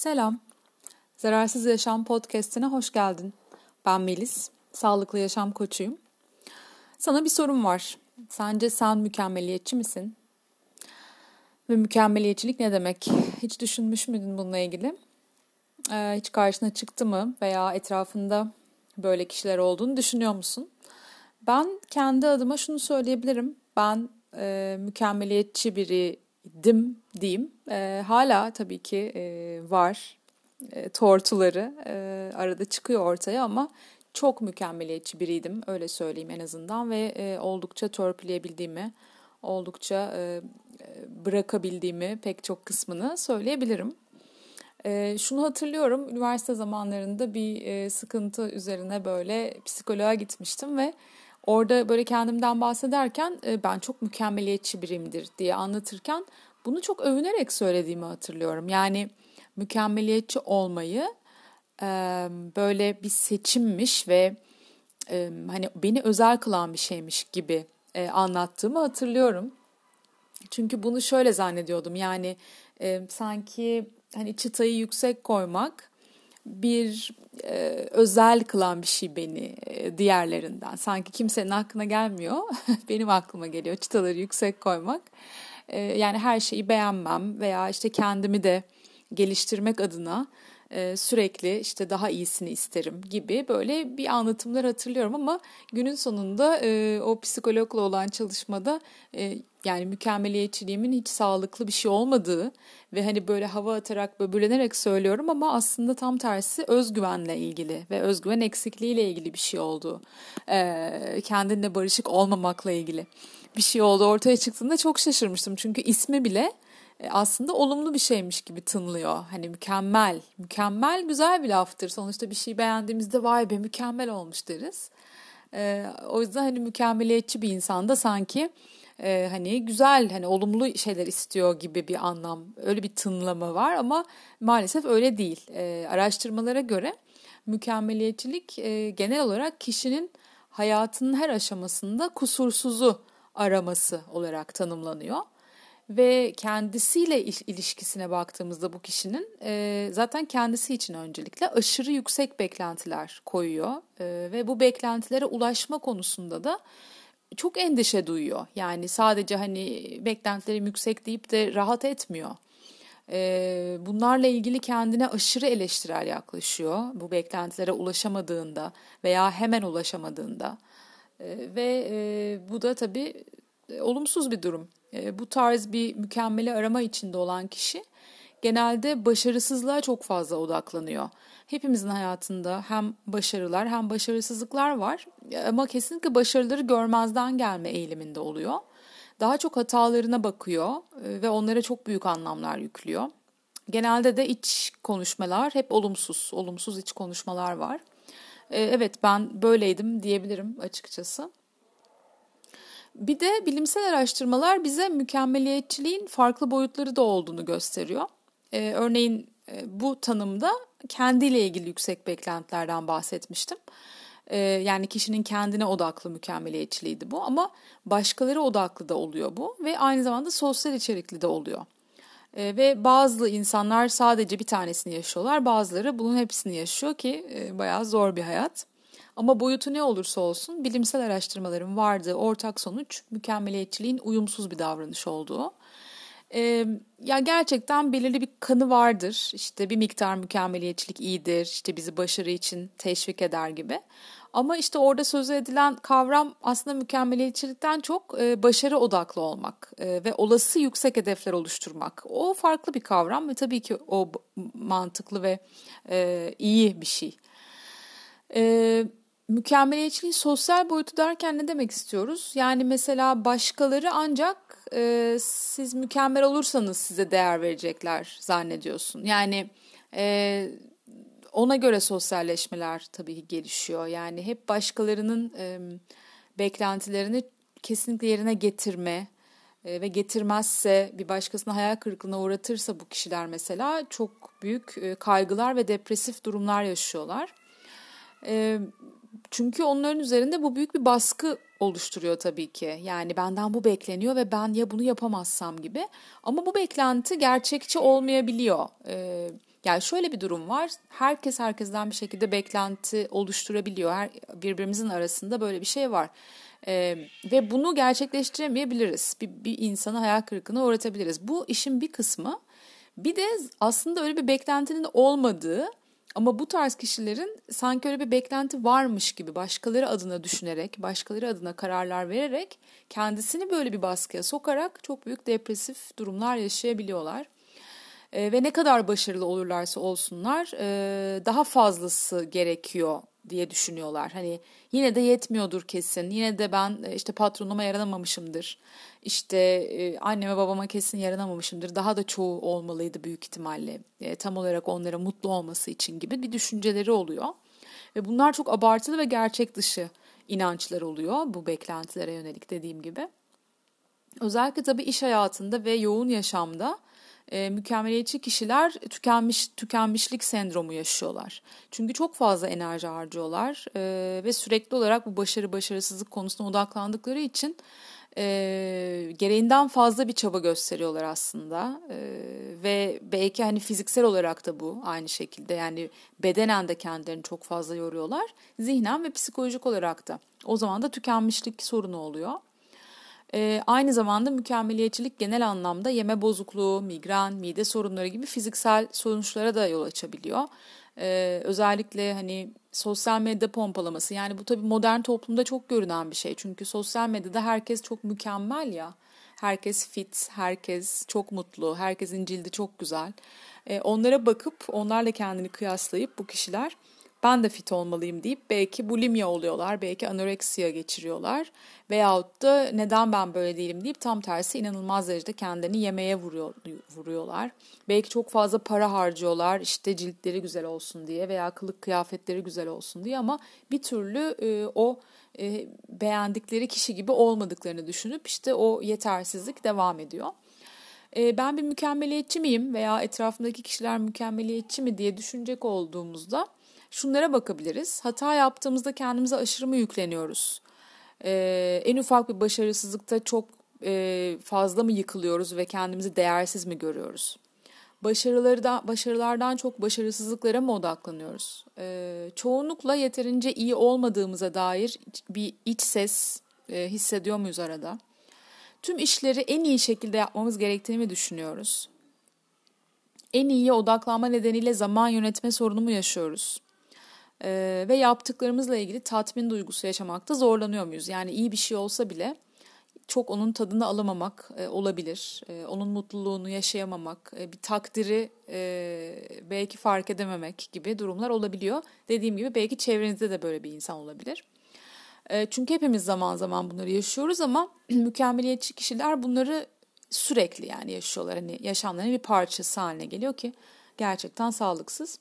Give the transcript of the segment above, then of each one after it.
Selam, Zararsız Yaşam Podcast'ine hoş geldin. Ben Melis, sağlıklı yaşam koçuyum. Sana bir sorum var. Sence sen mükemmeliyetçi misin? Ve mükemmeliyetçilik ne demek? Hiç düşünmüş müydün bununla ilgili? Hiç karşına çıktı mı veya etrafında böyle kişiler olduğunu düşünüyor musun? Ben kendi adıma şunu söyleyebilirim. Ben mükemmeliyetçi biriydim diyeyim. Hala tabii ki var. Tortuları arada çıkıyor ortaya ama çok mükemmeliyetçi biriydim. Öyle söyleyeyim en azından ve oldukça törpüleyebildiğimi, oldukça bırakabildiğimi pek çok kısmını söyleyebilirim. Şunu hatırlıyorum, üniversite zamanlarında bir sıkıntı üzerine böyle psikoloğa gitmiştim ve orada böyle kendimden bahsederken ben çok mükemmeliyetçi biriyimdir diye anlatırken bunu çok övünerek söylediğimi hatırlıyorum. Yani mükemmeliyetçi olmayı böyle bir seçimmiş ve hani beni özel kılan bir şeymiş gibi anlattığımı hatırlıyorum. Çünkü bunu şöyle zannediyordum yani sanki hani çıtayı yüksek koymak bir özel kılan bir şey beni diğerlerinden. Sanki kimsenin aklına gelmiyor. Benim aklıma geliyor çıtaları yüksek koymak. Yani her şeyi beğenmem veya işte kendimi de geliştirmek adına sürekli işte daha iyisini isterim gibi böyle bir anlatımlar hatırlıyorum ama günün sonunda o psikologla olan çalışmada yani mükemmeliyetçiliğimin hiç sağlıklı bir şey olmadığı ve hani böyle hava atarak böbürlenerek söylüyorum ama aslında tam tersi özgüvenle ilgili ve özgüven eksikliğiyle ilgili bir şey olduğu, kendinle barışık olmamakla ilgili bir şey oldu ortaya çıktığında çok şaşırmıştım çünkü ismi bile aslında olumlu bir şeymiş gibi tınlıyor. Hani mükemmel, mükemmel güzel bir laftır. Sonuçta bir şey beğendiğimizde vay be mükemmel olmuş deriz. O yüzden hani mükemmeliyetçi bir insanda sanki hani güzel hani olumlu şeyler istiyor gibi bir anlam, öyle bir tınlama var ama maalesef öyle değil. Araştırmalara göre mükemmeliyetçilik genel olarak kişinin hayatının her aşamasında kusursuzu araması olarak tanımlanıyor. Ve kendisiyle ilişkisine baktığımızda bu kişinin zaten kendisi için öncelikle aşırı yüksek beklentiler koyuyor. Ve bu beklentilere ulaşma konusunda da çok endişe duyuyor. Yani sadece hani beklentilerim yüksek deyip de rahat etmiyor. Bunlarla ilgili kendine aşırı eleştirel yaklaşıyor. Bu beklentilere ulaşamadığında veya hemen ulaşamadığında. Ve bu da tabii olumsuz bir durum. Bu tarz bir mükemmeli arama içinde olan kişi genelde başarısızlığa çok fazla odaklanıyor. Hepimizin hayatında hem başarılar hem başarısızlıklar var ama kesinlikle başarıları görmezden gelme eğiliminde oluyor. Daha çok hatalarına bakıyor ve onlara çok büyük anlamlar yüklüyor. Genelde de iç konuşmalar hep olumsuz, olumsuz iç konuşmalar var. Evet ben böyleydim diyebilirim açıkçası. Bir de bilimsel araştırmalar bize mükemmeliyetçiliğin farklı boyutları da olduğunu gösteriyor. Örneğin bu tanımda kendiyle ilgili yüksek beklentilerden bahsetmiştim. Yani kişinin kendine odaklı mükemmeliyetçiliğiydi bu ama başkaları odaklı da oluyor bu ve aynı zamanda sosyal içerikli de oluyor. Ve bazı insanlar sadece bir tanesini yaşıyorlar, bazıları bunun hepsini yaşıyor ki bayağı zor bir hayat. Ama boyutu ne olursa olsun bilimsel araştırmaların vardığı ortak sonuç mükemmeliyetçiliğin uyumsuz bir davranış olduğu. Ya gerçekten belirli bir kanı vardır. İşte bir miktar mükemmeliyetçilik iyidir, işte bizi başarı için teşvik eder gibi. Ama işte orada söz edilen kavram aslında mükemmeliyetçilikten çok başarı odaklı olmak ve olası yüksek hedefler oluşturmak. O farklı bir kavram ve tabii ki o mantıklı ve iyi bir şey. Mükemmeliyetçiliğin sosyal boyutu derken ne demek istiyoruz? Yani mesela başkaları ancak siz mükemmel olursanız size değer verecekler zannediyorsun. Yani ona göre sosyalleşmeler tabii ki gelişiyor. Yani hep başkalarının beklentilerini kesinlikle yerine getirme ve getirmezse bir başkasını hayal kırıklığına uğratırsa bu kişiler mesela çok büyük kaygılar ve depresif durumlar yaşıyorlar. Çünkü onların üzerinde bu büyük bir baskı oluşturuyor tabii ki. Yani benden bu bekleniyor ve ben ya bunu yapamazsam gibi. Ama bu beklenti gerçekçi olmayabiliyor. Yani şöyle bir durum var. Herkes herkesten bir şekilde beklenti oluşturabiliyor. Birbirimizin arasında böyle bir şey var. Ve bunu gerçekleştiremeyebiliriz. Bir insanı hayal kırıklığına uğratabiliriz. Bu işin bir kısmı. Bir de aslında öyle bir beklentinin olmadığı ama bu tarz kişilerin sanki öyle bir beklenti varmış gibi başkaları adına düşünerek, başkaları adına kararlar vererek kendisini böyle bir baskıya sokarak çok büyük depresif durumlar yaşayabiliyorlar. Ve ne kadar başarılı olurlarsa olsunlar daha fazlası gerekiyor diye düşünüyorlar. Hani yine de yetmiyordur kesin. Yine de ben işte patronuma yaranamamışımdır. İşte anneme babama kesin yaranamamışımdır. Daha da çoğu olmalıydı büyük ihtimalle. Tam olarak onlara mutlu olması için gibi bir düşünceleri oluyor. Ve bunlar çok abartılı ve gerçek dışı inançlar oluyor bu beklentilere yönelik dediğim gibi. Özellikle tabii iş hayatında ve yoğun yaşamda mükemmeliyetçi kişiler tükenmişlik sendromu yaşıyorlar. Çünkü çok fazla enerji harcıyorlar ve sürekli olarak bu başarısızlık konusuna odaklandıkları için gereğinden fazla bir çaba gösteriyorlar aslında. Ve belki hani fiziksel olarak da bu aynı şekilde, yani bedenen de kendilerini çok fazla yoruyorlar, zihnen ve psikolojik olarak da. O zaman da tükenmişlik sorunu oluyor. Aynı zamanda mükemmeliyetçilik genel anlamda yeme bozukluğu, migren, mide sorunları gibi fiziksel sonuçlara da yol açabiliyor. Özellikle hani sosyal medya pompalaması, yani bu tabii modern toplumda çok görünen bir şey. Çünkü sosyal medyada herkes çok mükemmel ya. Herkes fit, herkes çok mutlu, herkesin cildi çok güzel. Onlara bakıp onlarla kendini kıyaslayıp bu kişiler ben de fit olmalıyım deyip belki bulimya oluyorlar, belki anoreksiya geçiriyorlar. Veyahut da neden ben böyle değilim deyip tam tersi inanılmaz derecede kendini yemeğe vuruyorlar. Belki çok fazla para harcıyorlar işte ciltleri güzel olsun diye veya kılık kıyafetleri güzel olsun diye, ama bir türlü o beğendikleri kişi gibi olmadıklarını düşünüp işte o yetersizlik devam ediyor. Ben bir mükemmeliyetçi miyim veya etrafımdaki kişiler mükemmeliyetçi mi diye düşünecek olduğumuzda şunlara bakabiliriz. Hata yaptığımızda kendimize aşırı mı yükleniyoruz? En ufak bir başarısızlıkta çok fazla mı yıkılıyoruz ve kendimizi değersiz mi görüyoruz? Başarılardan çok başarısızlıklara mı odaklanıyoruz? Çoğunlukla yeterince iyi olmadığımıza dair bir iç ses hissediyor muyuz arada? Tüm işleri en iyi şekilde yapmamız gerektiğini mi düşünüyoruz? En iyiye odaklanma nedeniyle zaman yönetme sorunu mu yaşıyoruz? Ve yaptıklarımızla ilgili tatmin duygusu yaşamakta zorlanıyor muyuz? Yani iyi bir şey olsa bile çok onun tadını alamamak olabilir. Onun mutluluğunu yaşayamamak, bir takdiri belki fark edememek gibi durumlar olabiliyor. Dediğim gibi belki çevrenizde de böyle bir insan olabilir. Çünkü hepimiz zaman zaman bunları yaşıyoruz ama mükemmeliyetçi kişiler bunları sürekli yani yaşıyorlar. Hani yaşamlarının bir parçası haline geliyor ki gerçekten sağlıksız.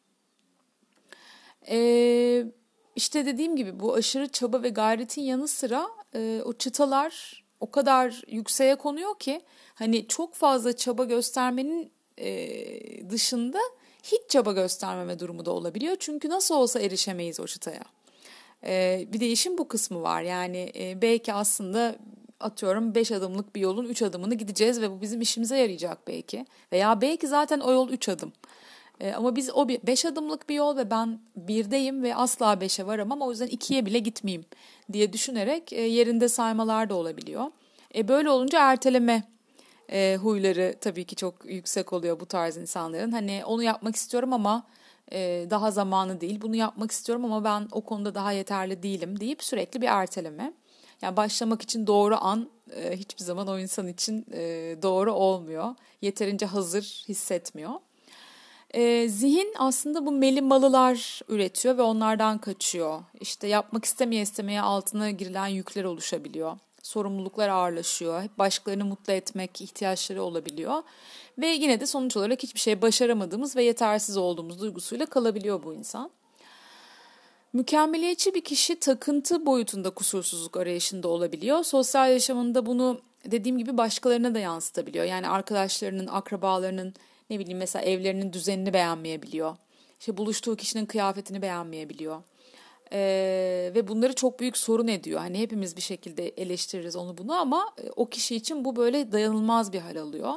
İşte dediğim gibi bu aşırı çaba ve gayretin yanı sıra o çıtalar o kadar yükseğe konuyor ki hani çok fazla çaba göstermenin dışında hiç çaba göstermeme durumu da olabiliyor. Çünkü nasıl olsa erişemeyiz o çıtaya. Bir de işin bu kısmı var. Yani belki aslında atıyorum 5 adımlık bir yolun 3 adımını gideceğiz ve bu bizim işimize yarayacak belki. Veya belki zaten o yol 3 adım. Ama biz o 5 adımlık bir yol ve ben 1'deyim ve asla 5'e varamam, o yüzden 2'ye bile gitmeyeyim diye düşünerek yerinde saymalar da olabiliyor. Böyle olunca erteleme huyları tabii ki çok yüksek oluyor bu tarz insanların. Hani onu yapmak istiyorum ama daha zamanı değil. Bunu yapmak istiyorum ama ben o konuda daha yeterli değilim deyip sürekli bir erteleme. Yani başlamak için doğru an hiçbir zaman o insan için doğru olmuyor. Yeterince hazır hissetmiyor. Zihin aslında bu melimalılar üretiyor ve onlardan kaçıyor. İşte yapmak istemeye altına girilen yükler oluşabiliyor. Sorumluluklar ağırlaşıyor. Hep başkalarını mutlu etmek ihtiyaçları olabiliyor. Ve yine de sonuç olarak hiçbir şey başaramadığımız ve yetersiz olduğumuz duygusuyla kalabiliyor bu insan. Mükemmeliyetçi bir kişi takıntı boyutunda kusursuzluk arayışında olabiliyor. Sosyal yaşamında bunu dediğim gibi başkalarına da yansıtabiliyor. Yani arkadaşlarının, akrabalarının, ne bileyim mesela evlerinin düzenini beğenmeyebiliyor. İşte buluştuğu kişinin kıyafetini beğenmeyebiliyor. Ve bunları çok büyük sorun ediyor. Hani hepimiz bir şekilde eleştiririz onu bunu ama o kişi için bu böyle dayanılmaz bir hal alıyor.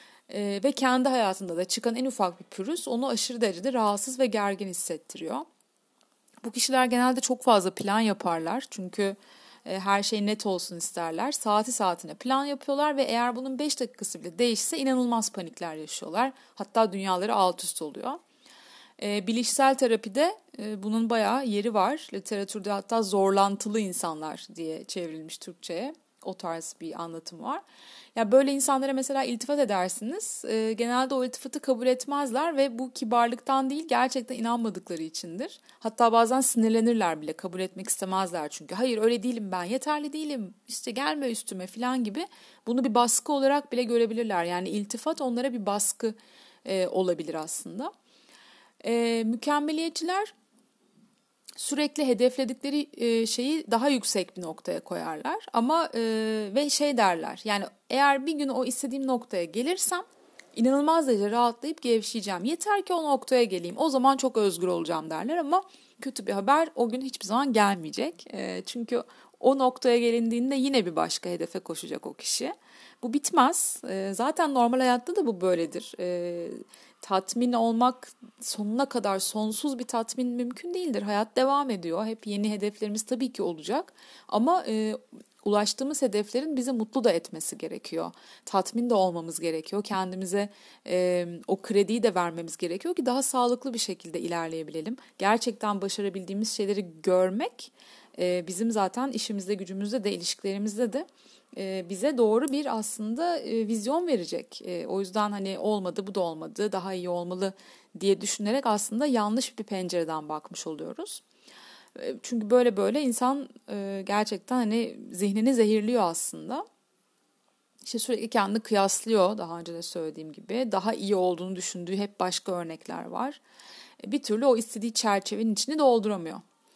Ve kendi hayatında da çıkan en ufak bir pürüz onu aşırı derecede rahatsız ve gergin hissettiriyor. Bu kişiler genelde çok fazla plan yaparlar. Çünkü her şey net olsun isterler. Saati saatine plan yapıyorlar ve eğer bunun 5 dakikası bile değişse inanılmaz panikler yaşıyorlar. Hatta dünyaları alt üst oluyor. Bilişsel terapide bunun bayağı yeri var. Literatürde hatta zorlantılı insanlar diye çevrilmiş Türkçe'ye. O tarz bir anlatım var. Ya böyle insanlara mesela iltifat edersiniz. Genelde o iltifatı kabul etmezler ve bu kibarlıktan değil gerçekten inanmadıkları içindir. Hatta bazen sinirlenirler bile, kabul etmek istemezler çünkü. Hayır öyle değilim ben, yeterli değilim, işte gelme üstüme falan gibi. Bunu bir baskı olarak bile görebilirler. Yani iltifat onlara bir baskı olabilir aslında. Mükemmeliyetçiler sürekli hedefledikleri şeyi daha yüksek bir noktaya koyarlar ama ve şey derler, yani eğer bir gün o istediğim noktaya gelirsem inanılmaz derece rahatlayıp gevşeyeceğim. Yeter ki o noktaya geleyim, o zaman çok özgür olacağım derler ama kötü bir haber, o gün hiçbir zaman gelmeyecek. Çünkü o noktaya gelindiğinde yine bir başka hedefe koşacak o kişi. Bu bitmez. Zaten normal hayatta da bu böyledir. Tatmin olmak sonuna kadar sonsuz bir tatmin mümkün değildir. Hayat devam ediyor. Hep yeni hedeflerimiz tabii ki olacak. Ama ulaştığımız hedeflerin bizi mutlu da etmesi gerekiyor. Tatmin de olmamız gerekiyor. Kendimize o krediyi de vermemiz gerekiyor ki daha sağlıklı bir şekilde ilerleyebilelim. Gerçekten başarabildiğimiz şeyleri görmek bizim zaten işimizde, gücümüzde de, ilişkilerimizde de bize doğru bir aslında vizyon verecek. O yüzden hani olmadı, bu da olmadı, daha iyi olmalı diye düşünerek aslında yanlış bir pencereden bakmış oluyoruz. Çünkü böyle böyle insan gerçekten hani zihnini zehirliyor aslında. İşte sürekli kendini kıyaslıyor, daha önce de söylediğim gibi. Daha iyi olduğunu düşündüğü hep başka örnekler var. Bir türlü o istediği çerçevenin içini dolduramıyor.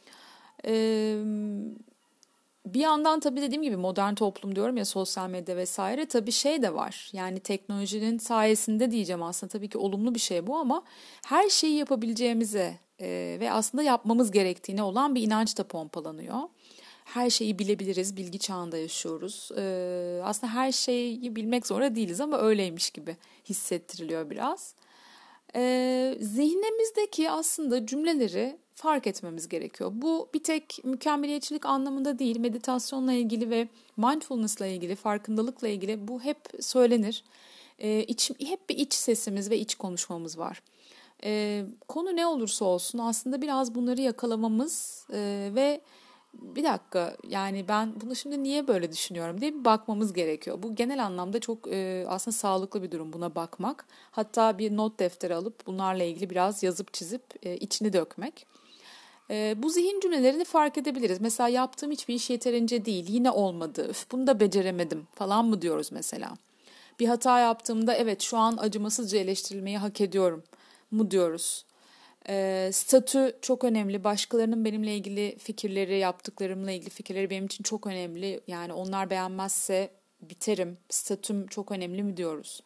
Bir yandan tabii dediğim gibi modern toplum diyorum ya, sosyal medya vesaire, tabii şey de var. Yani teknolojinin sayesinde diyeceğim, aslında tabii ki olumlu bir şey bu ama her şeyi yapabileceğimize ve aslında yapmamız gerektiğine olan bir inanç da pompalanıyor. Her şeyi bilebiliriz, bilgi çağında yaşıyoruz. Aslında her şeyi bilmek zorunda değiliz ama öyleymiş gibi hissettiriliyor biraz. Zihnimizdeki aslında cümleleri fark etmemiz gerekiyor. Bu bir tek mükemmeliyetçilik anlamında değil, meditasyonla ilgili ve mindfulness'la ilgili, farkındalıkla ilgili bu hep söylenir. Hep bir iç sesimiz ve iç konuşmamız var. Konu ne olursa olsun aslında biraz bunları yakalamamız ve bir dakika, yani ben bunu şimdi niye böyle düşünüyorum diye bir bakmamız gerekiyor. Bu genel anlamda çok aslında sağlıklı bir durum, buna bakmak. Hatta bir not defteri alıp bunlarla ilgili biraz yazıp çizip içini dökmek. Bu zihin cümlelerini fark edebiliriz. Mesela yaptığım hiçbir iş yeterince değil, yine olmadı, üf, bunu da beceremedim falan mı diyoruz mesela. Bir hata yaptığımda evet şu an acımasızca eleştirilmeyi hak ediyorum mu diyoruz. Statü çok önemli. Başkalarının benimle ilgili fikirleri, yaptıklarımla ilgili fikirleri benim için çok önemli. Yani onlar beğenmezse biterim. Statüm çok önemli mi diyoruz.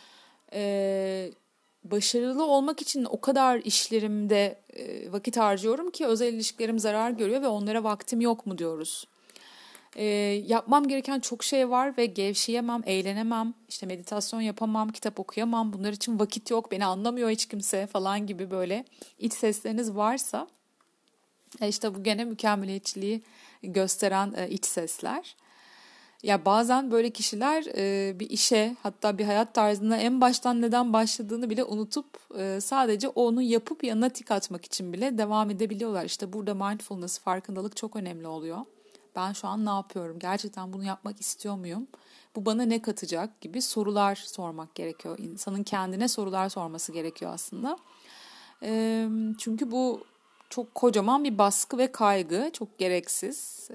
Başarılı olmak için o kadar işlerimde vakit harcıyorum ki özel ilişkilerim zarar görüyor ve onlara vaktim yok mu diyoruz. Yapmam gereken çok şey var ve gevşeyemem, eğlenemem, işte meditasyon yapamam, kitap okuyamam, bunlar için vakit yok, beni anlamıyor hiç kimse falan gibi böyle iç sesleriniz varsa işte bu gene mükemmeliyetçiliği gösteren iç sesler. Ya bazen böyle kişiler bir işe, hatta bir hayat tarzına en baştan neden başladığını bile unutup sadece onu yapıp yanına tik atmak için bile devam edebiliyorlar. İşte burada mindfulness, farkındalık çok önemli oluyor. Ben şu an ne yapıyorum? Gerçekten bunu yapmak istiyor muyum? Bu bana ne katacak gibi sorular sormak gerekiyor. İnsanın kendine sorular sorması gerekiyor aslında. Çünkü bu çok kocaman bir baskı ve kaygı, çok gereksiz.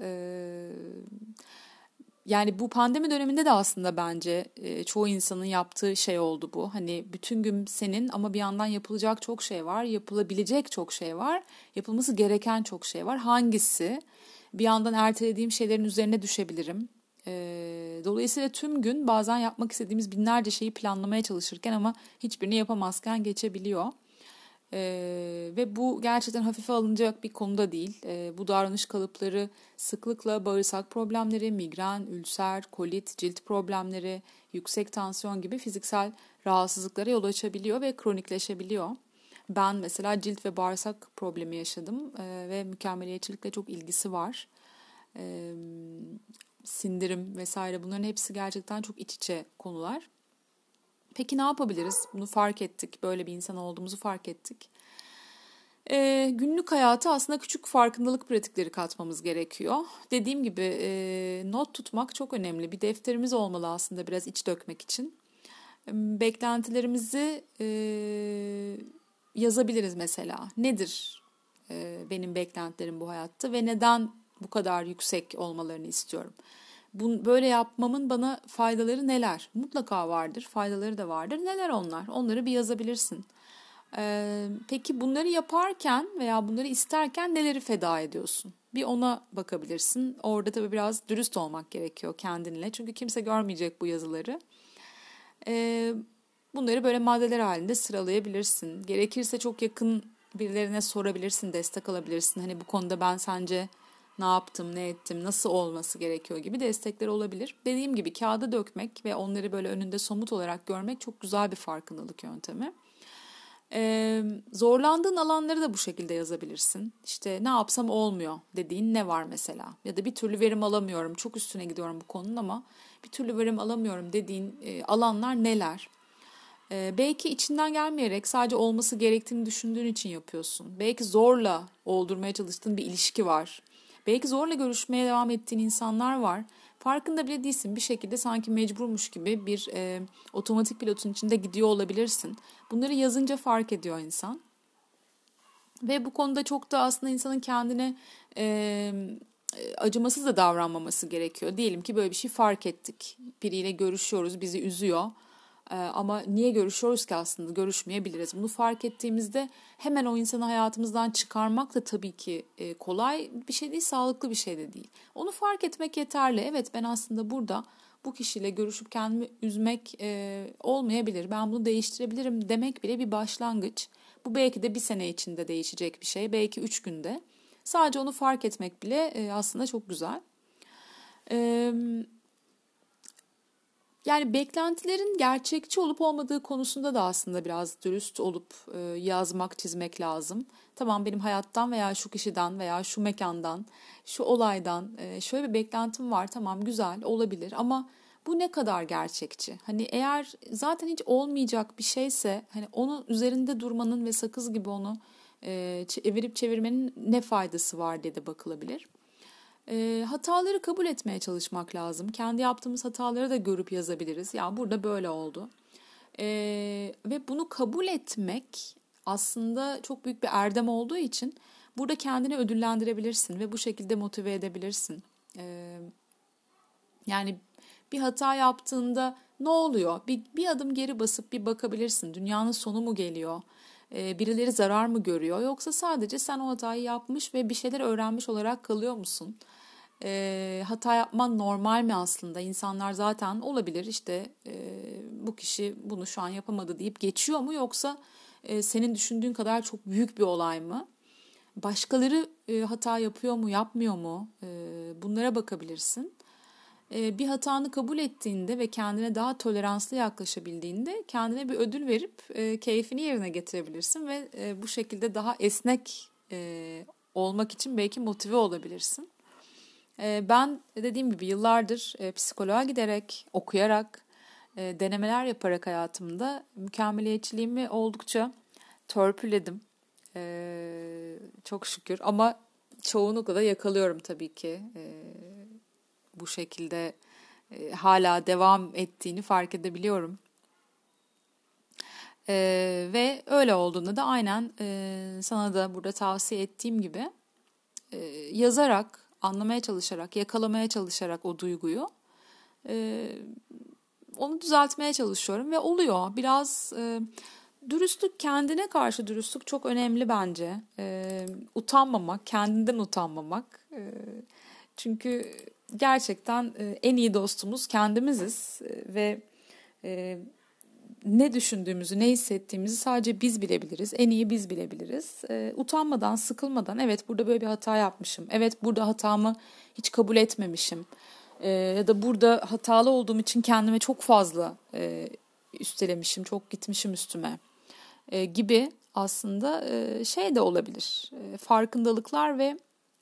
Yani bu pandemi döneminde de aslında bence çoğu insanın yaptığı şey oldu bu. Hani bütün gün senin ama bir yandan yapılacak çok şey var, yapılabilecek çok şey var, yapılması gereken çok şey var. Hangisi? Bir yandan ertelediğim şeylerin üzerine düşebilirim. Dolayısıyla tüm gün bazen yapmak istediğimiz binlerce şeyi planlamaya çalışırken ama hiçbirini yapamazken geçebiliyor. Ve bu gerçekten hafife alınacak bir konu da değil. Bu davranış kalıpları sıklıkla bağırsak problemleri, migren, ülser, kolit, cilt problemleri, yüksek tansiyon gibi fiziksel rahatsızlıklara yol açabiliyor ve kronikleşebiliyor. Ben mesela cilt ve bağırsak problemi yaşadım ve mükemmeliyetçilikle çok ilgisi var. Sindirim vesaire, bunların hepsi gerçekten çok iç içe konular. Peki ne yapabiliriz? Bunu fark ettik. Böyle bir insan olduğumuzu fark ettik. Günlük hayata aslında küçük farkındalık pratikleri katmamız gerekiyor. Dediğim gibi not tutmak çok önemli. Bir defterimiz olmalı aslında biraz iç dökmek için. Beklentilerimizi yazabiliriz mesela. Nedir benim beklentilerim bu hayatta ve neden bu kadar yüksek olmalarını istiyorum? Böyle yapmamın bana faydaları neler? Mutlaka vardır, faydaları da vardır. Neler onlar? Onları bir yazabilirsin. Peki bunları yaparken veya bunları isterken neleri feda ediyorsun? Bir ona bakabilirsin. Orada tabii biraz dürüst olmak gerekiyor kendinle. Çünkü kimse görmeyecek bu yazıları. Bunları böyle maddeler halinde sıralayabilirsin. Gerekirse çok yakın birilerine sorabilirsin, destek alabilirsin. Hani bu konuda ben sence ne yaptım, ne ettim, nasıl olması gerekiyor gibi destekler olabilir. Dediğim gibi kağıda dökmek ve onları böyle önünde somut olarak görmek çok güzel bir farkındalık yöntemi. Zorlandığın alanları da bu şekilde yazabilirsin. İşte ne yapsam olmuyor dediğin ne var mesela? Ya da bir türlü verim alamıyorum, çok üstüne gidiyorum bu konunun ama bir türlü verim alamıyorum dediğin alanlar neler? Belki içinden gelmeyerek sadece olması gerektiğini düşündüğün için yapıyorsun. Belki zorla oldurmaya çalıştığın bir ilişki var. Belki zorla görüşmeye devam ettiğin insanlar var. Farkında bile değilsin. Bir şekilde sanki mecburmuş gibi bir otomatik pilotun içinde gidiyor olabilirsin. Bunları yazınca fark ediyor insan. Ve bu konuda çok da aslında insanın kendine acımasız da davranmaması gerekiyor. Diyelim ki böyle bir şey fark ettik. Biriyle görüşüyoruz, bizi üzüyor. Ama niye görüşüyoruz ki aslında? Görüşmeyebiliriz. Bunu fark ettiğimizde hemen o insanı hayatımızdan çıkarmak da tabii ki kolay bir şey değil, sağlıklı bir şey de değil. Onu fark etmek yeterli. Evet, ben aslında burada bu kişiyle görüşüp kendimi üzmek olmayabilir. Ben bunu değiştirebilirim demek bile bir başlangıç. Bu belki de bir sene içinde değişecek bir şey. Belki 3 günde. Sadece onu fark etmek bile aslında çok güzel. Yani beklentilerin gerçekçi olup olmadığı konusunda da aslında biraz dürüst olup yazmak, çizmek lazım. Tamam, benim hayattan veya şu kişiden veya şu mekandan, şu olaydan şöyle bir beklentim var. Tamam, güzel olabilir ama bu ne kadar gerçekçi? Hani eğer zaten hiç olmayacak bir şeyse hani onun üzerinde durmanın ve sakız gibi onu evirip çevirmenin ne faydası var diye de bakılabilir. Hataları kabul etmeye çalışmak lazım. Kendi yaptığımız hataları da görüp yazabiliriz. Ya burada böyle oldu. Ve bunu kabul etmek aslında çok büyük bir erdem olduğu için burada kendini ödüllendirebilirsin ve bu şekilde motive edebilirsin. Yani bir hata yaptığında ne oluyor? Bir adım geri basıp bir bakabilirsin. Dünyanın sonu mu geliyor? Birileri zarar mı görüyor? Yoksa sadece sen o hatayı yapmış ve bir şeyler öğrenmiş olarak kalıyor musun? Hata yapman normal mi aslında? İnsanlar zaten olabilir işte bu kişi bunu şu an yapamadı deyip geçiyor mu? Yoksa senin düşündüğün kadar çok büyük bir olay mı? Başkaları hata yapıyor mu, yapmıyor mu? Bunlara bakabilirsin. Bir hatanı kabul ettiğinde ve kendine daha toleranslı yaklaşabildiğinde kendine bir ödül verip keyfini yerine getirebilirsin ve bu şekilde daha esnek olmak için belki motive olabilirsin. Ben dediğim gibi yıllardır psikoloğa giderek, okuyarak, denemeler yaparak hayatımda mükemmeliyetçiliğimi oldukça törpüledim. Çok şükür ama çoğunlukla da yakalıyorum tabii ki. Bu şekilde hala devam ettiğini fark edebiliyorum. Ve öyle olduğunda da aynen sana da burada tavsiye ettiğim gibi yazarak, anlamaya çalışarak, yakalamaya çalışarak o duyguyu onu düzeltmeye çalışıyorum ve oluyor. Biraz dürüstlük, kendine karşı dürüstlük çok önemli bence. Utanmamak, kendinden utanmamak. Çünkü gerçekten en iyi dostumuz kendimiziz ve ne düşündüğümüzü, ne hissettiğimizi sadece biz bilebiliriz. En iyi biz bilebiliriz. Utanmadan, sıkılmadan, evet burada böyle bir hata yapmışım. Evet burada hatamı hiç kabul etmemişim. Ya da burada hatalı olduğum için kendime çok fazla üstelemişim, çok gitmişim üstüme gibi aslında şey de olabilir. Farkındalıklar ve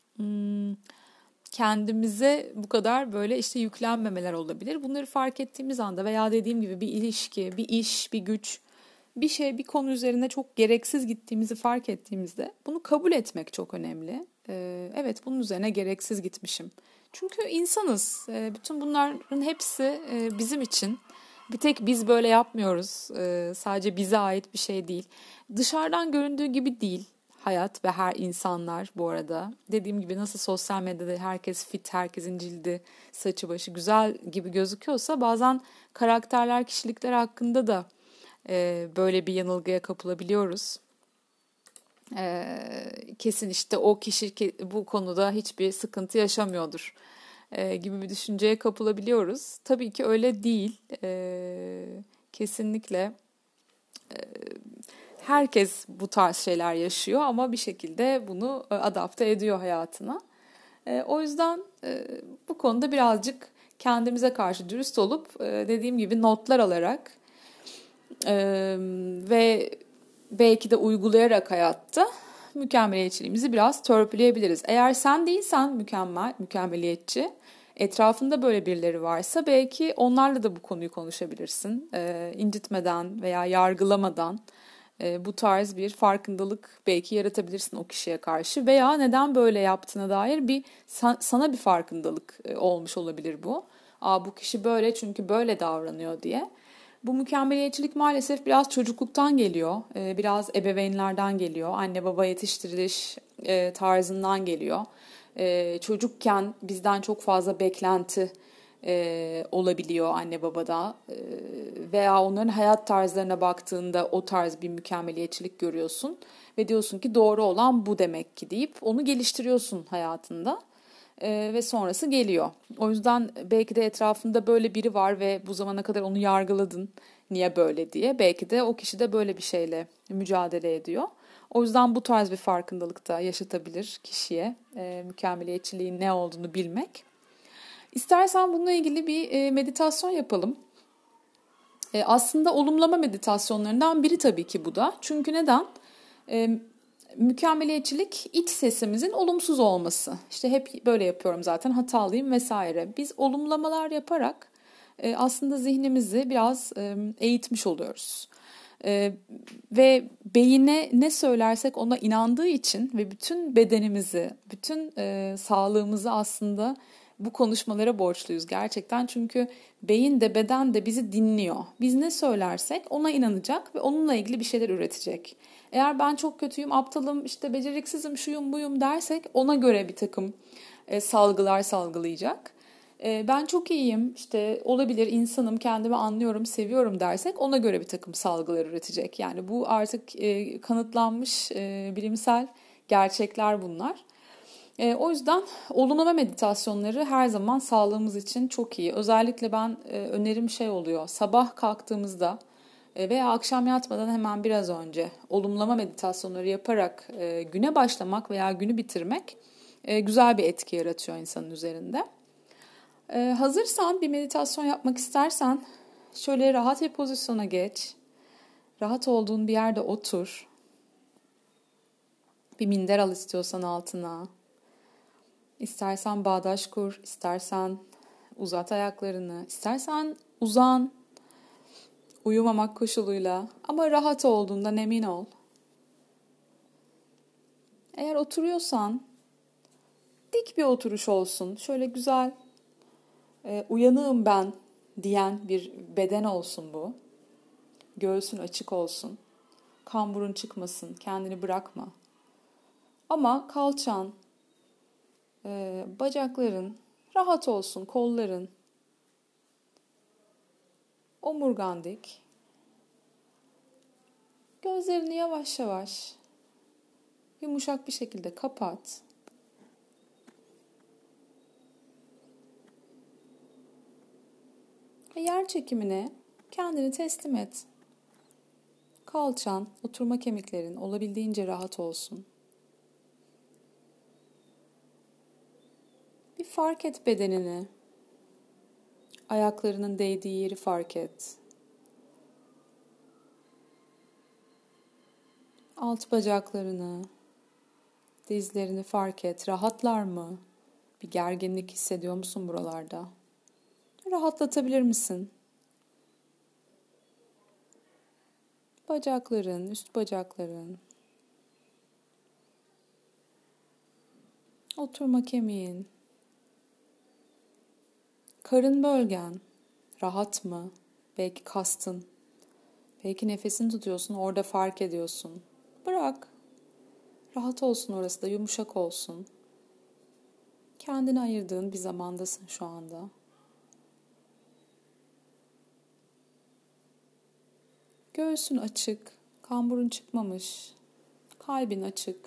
kendimize bu kadar böyle işte yüklenmemeler olabilir. Bunları fark ettiğimiz anda veya dediğim gibi bir ilişki, bir iş, bir güç, bir şey, bir konu üzerine çok gereksiz gittiğimizi fark ettiğimizde bunu kabul etmek çok önemli. Evet, bunun üzerine gereksiz gitmişim. Çünkü insanız. Bütün bunların hepsi bizim için. Bir tek biz böyle yapmıyoruz. Sadece bize ait bir şey değil. Dışarıdan göründüğü gibi değil hayat ve her insanlar bu arada. Dediğim gibi nasıl sosyal medyada herkes fit, herkesin cildi, saçı başı güzel gibi gözüküyorsa bazen karakterler, kişilikler hakkında da böyle bir yanılgıya kapılabiliyoruz. Kesin işte o kişi bu konuda hiçbir sıkıntı yaşamıyordur gibi bir düşünceye kapılabiliyoruz. Tabii ki öyle değil. Kesinlikle herkes bu tarz şeyler yaşıyor ama bir şekilde bunu adapte ediyor hayatına. O yüzden bu konuda birazcık kendimize karşı dürüst olup dediğim gibi notlar alarak ve belki de uygulayarak hayatta mükemmeliyetçiliğimizi biraz törpüleyebiliriz. Eğer sen değilsen mükemmeliyetçi, etrafında böyle birileri varsa belki onlarla da bu konuyu konuşabilirsin. İncitmeden veya yargılamadan bu tarz bir farkındalık belki yaratabilirsin o kişiye karşı veya neden böyle yaptığına dair sana bir farkındalık olmuş olabilir bu. Bu kişi böyle çünkü böyle davranıyor diye. Bu mükemmeliyetçilik maalesef biraz çocukluktan geliyor, biraz ebeveynlerden geliyor, anne baba yetiştiriliş tarzından geliyor. Çocukken bizden çok fazla beklenti olabiliyor anne babada veya onların hayat tarzlarına baktığında o tarz bir mükemmeliyetçilik görüyorsun ve diyorsun ki doğru olan bu demek ki deyip onu geliştiriyorsun hayatında. Ve sonrası geliyor. O yüzden belki de etrafında böyle biri var ve bu zamana kadar onu yargıladın niye böyle diye. Belki de o kişi de böyle bir şeyle mücadele ediyor. O yüzden bu tarz bir farkındalık da yaşatabilir kişiye mükemmeliyetçiliğin ne olduğunu bilmek. İstersen bununla ilgili bir meditasyon yapalım. Aslında olumlama meditasyonlarından biri tabii ki bu da. Çünkü neden? Mükemmeliyetçilik iç sesimizin olumsuz olması. İşte hep böyle yapıyorum zaten hatalıyım vesaire. Biz olumlamalar yaparak aslında zihnimizi biraz eğitmiş oluyoruz. Ve beyine ne söylersek ona inandığı için ve bütün bedenimizi, bütün sağlığımızı aslında bu konuşmalara borçluyuz gerçekten. Çünkü beyin de beden de bizi dinliyor. Biz ne söylersek ona inanacak ve onunla ilgili bir şeyler üretecek. Eğer ben çok kötüyüm, aptalım, işte beceriksizim, şuyum buyum dersek ona göre bir takım salgılar salgılayacak. Ben çok iyiyim, işte olabilir, insanım, kendimi anlıyorum, seviyorum dersek ona göre bir takım salgılar üretecek. Yani bu artık kanıtlanmış bilimsel gerçekler bunlar. O yüzden olumlama meditasyonları her zaman sağlığımız için çok iyi. Özellikle ben önerim şey oluyor, sabah kalktığımızda veya akşam yatmadan hemen biraz önce olumlama meditasyonları yaparak güne başlamak veya günü bitirmek güzel bir etki yaratıyor insanın üzerinde. Hazırsan bir meditasyon yapmak istersen şöyle rahat bir pozisyona geç. Rahat olduğun bir yerde otur. Bir minder al istiyorsan altına. İstersen bağdaş kur, istersen uzat ayaklarını, istersen uzan, uyumamak koşuluyla ama rahat olduğundan emin ol. Eğer oturuyorsan dik bir oturuş olsun, şöyle güzel, uyanığım ben diyen bir beden olsun bu. Göğsün açık olsun, kamburun çıkmasın, kendini bırakma. Ama kalçan, bacakların rahat olsun, kolların, omurgan dik. Gözlerini yavaş yavaş, yumuşak bir şekilde kapat. Ve yer çekimine kendini teslim et. Kalçan, oturma kemiklerin olabildiğince rahat olsun. Bir fark et bedenini. Ayaklarının değdiği yeri fark et. Alt bacaklarını, dizlerini fark et. Rahatlar mı? Bir gerginlik hissediyor musun buralarda? Rahatlatabilir misin? Bacakların, üst bacakların, oturma kemiğin, karın bölgen rahat mı? Belki kastın, belki nefesini tutuyorsun, orada fark ediyorsun. Bırak, rahat olsun, orası da yumuşak olsun. Kendine ayırdığın bir zamandasın şu anda. Göğsün açık, kamburun çıkmamış, kalbin açık.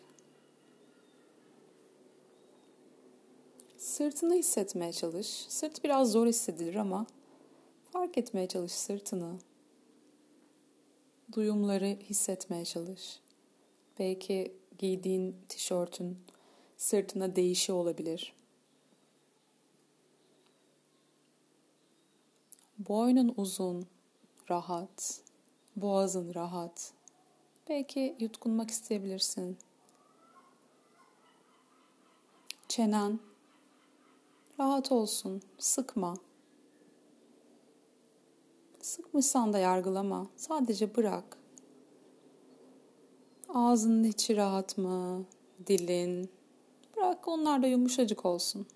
Sırtını hissetmeye çalış. Sırt biraz zor hissedilir ama fark etmeye çalış sırtını. Duyumları hissetmeye çalış. Belki giydiğin tişörtün sırtına değişi olabilir. Boynun uzun, rahat. Boğazın rahat. Belki yutkunmak isteyebilirsin. Çenen rahat olsun, sıkma. Sıkmışsan da yargılama, sadece bırak. Ağzının içi rahat mı? Dilin. Bırak onlar da yumuşacık olsun.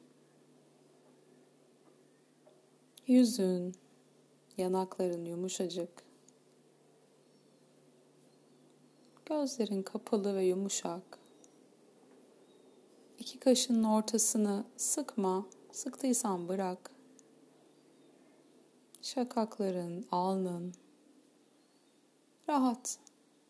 Yüzün, yanakların yumuşacık. Gözlerin kapalı ve yumuşak. İki kaşının ortasını sıkma. Sıktıysan bırak. Şakakların, alnın rahat.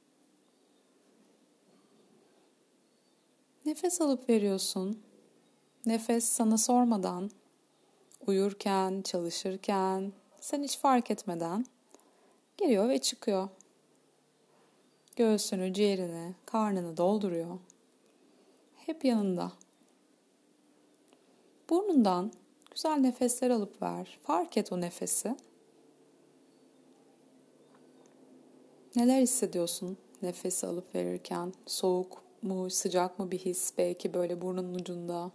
Nefes alıp veriyorsun. Nefes sana sormadan, uyurken, çalışırken, sen hiç fark etmeden giriyor ve çıkıyor. Göğsünü, ciğerini, karnını dolduruyor. Hep yanında. Burnundan güzel nefesler alıp ver. Fark et o nefesi. Neler hissediyorsun nefesi alıp verirken? Soğuk mu, sıcak mı bir his? Belki böyle burnunun ucunda.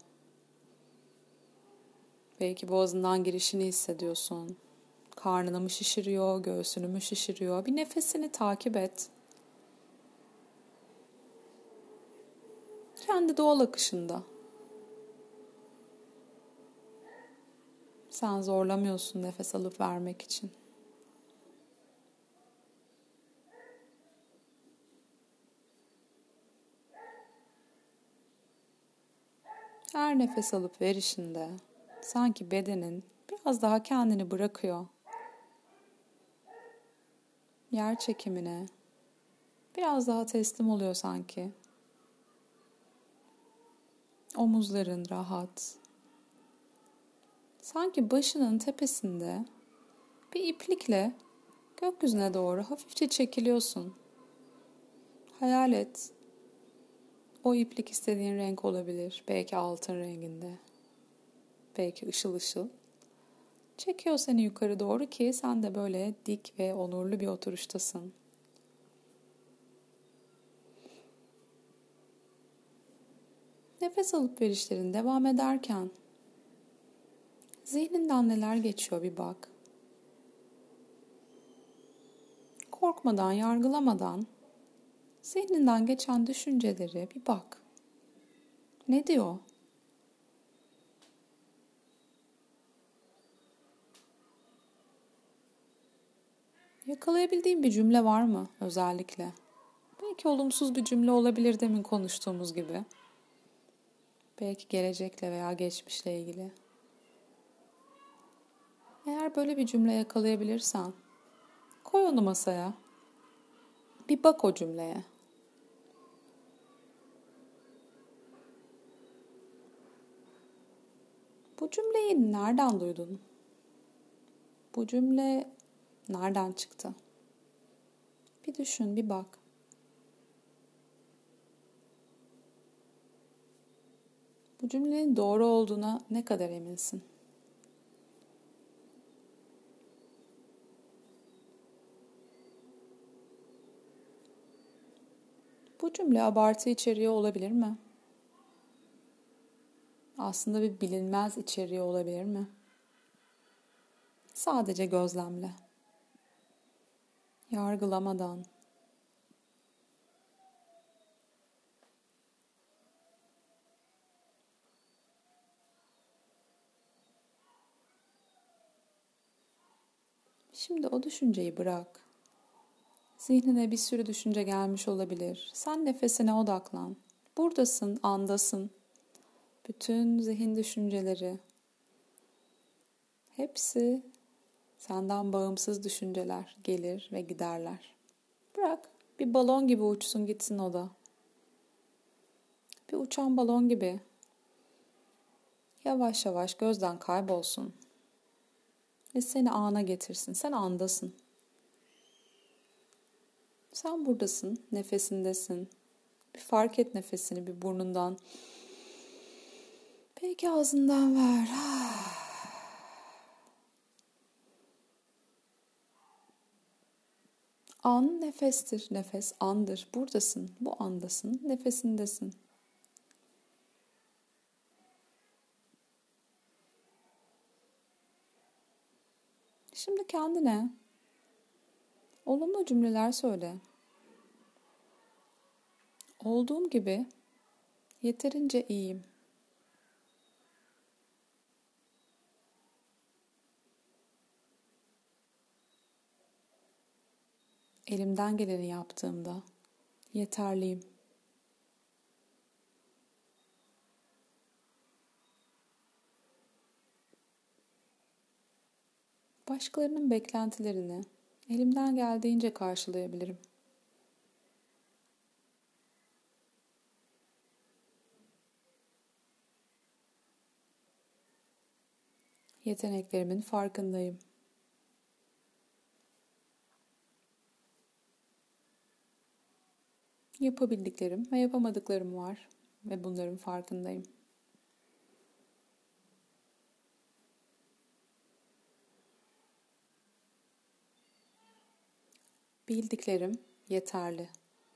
Belki boğazından girişini hissediyorsun. Karnını mı şişiriyor, göğsünü mü şişiriyor? Bir nefesini takip et. Kendi doğal akışında. Sen zorlamıyorsun nefes alıp vermek için. Her nefes alıp verişinde sanki bedenin biraz daha kendini bırakıyor. Yer çekimine biraz daha teslim oluyor sanki. Omuzların rahat. Sanki başının tepesinde bir iplikle gökyüzüne doğru hafifçe çekiliyorsun. Hayal et. O iplik istediğin renk olabilir. Belki altın renginde. Belki ışıl ışıl. Çekiyor seni yukarı doğru ki sen de böyle dik ve onurlu bir oturuştasın. Nefes alıp verişlerin devam ederken zihninden neler geçiyor bir bak. Korkmadan, yargılamadan zihninden geçen düşüncelere bir bak. Ne diyor? Yakalayabildiğin bir cümle var mı özellikle? Belki olumsuz bir cümle olabilir demin konuştuğumuz gibi. Belki gelecekle veya geçmişle ilgili. Eğer böyle bir cümle yakalayabilirsen, koy onu masaya. Bir bak o cümleye. Bu cümleyi nereden duydun? Bu cümle nereden çıktı? Bir düşün, bir bak. Bu cümlenin doğru olduğuna ne kadar eminsin? Bu cümle abartı içeriyor olabilir mi? Aslında bir bilinmez içeriyor olabilir mi? Sadece gözlemle. Yargılamadan. Şimdi o düşünceyi bırak. Zihnine bir sürü düşünce gelmiş olabilir. Sen nefesine odaklan. Buradasın, andasın. Bütün zihin düşünceleri, hepsi senden bağımsız düşünceler gelir ve giderler. Bırak bir balon gibi uçsun gitsin o da. Bir uçan balon gibi yavaş yavaş gözden kaybolsun. Ve seni ana getirsin. Sen andasın. Sen buradasın, nefesindesin. Bir fark et nefesini bir burnundan. Belki ağzından ver. An nefestir, nefes andır. Buradasın, bu andasın, nefesindesin. Şimdi kendine olumlu cümleler söyle. Olduğum gibi yeterince iyiyim. Elimden geleni yaptığımda yeterliyim. Başkalarının beklentilerini elimden geldiğince karşılayabilirim. Yeteneklerimin farkındayım. Yapabildiklerim ve yapamadıklarım var ve bunların farkındayım. Bildiklerim yeterli.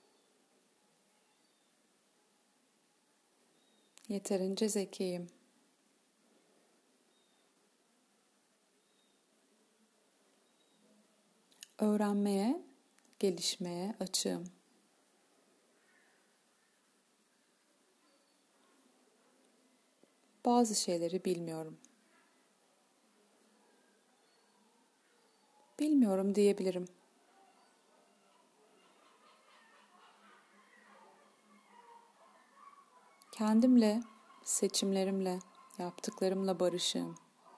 Yeterince zekiyim. Öğrenmeye, gelişmeye açığım. Bazı şeyleri bilmiyorum. Bilmiyorum diyebilirim. Kendimle, seçimlerimle, yaptıklarımla barışığım.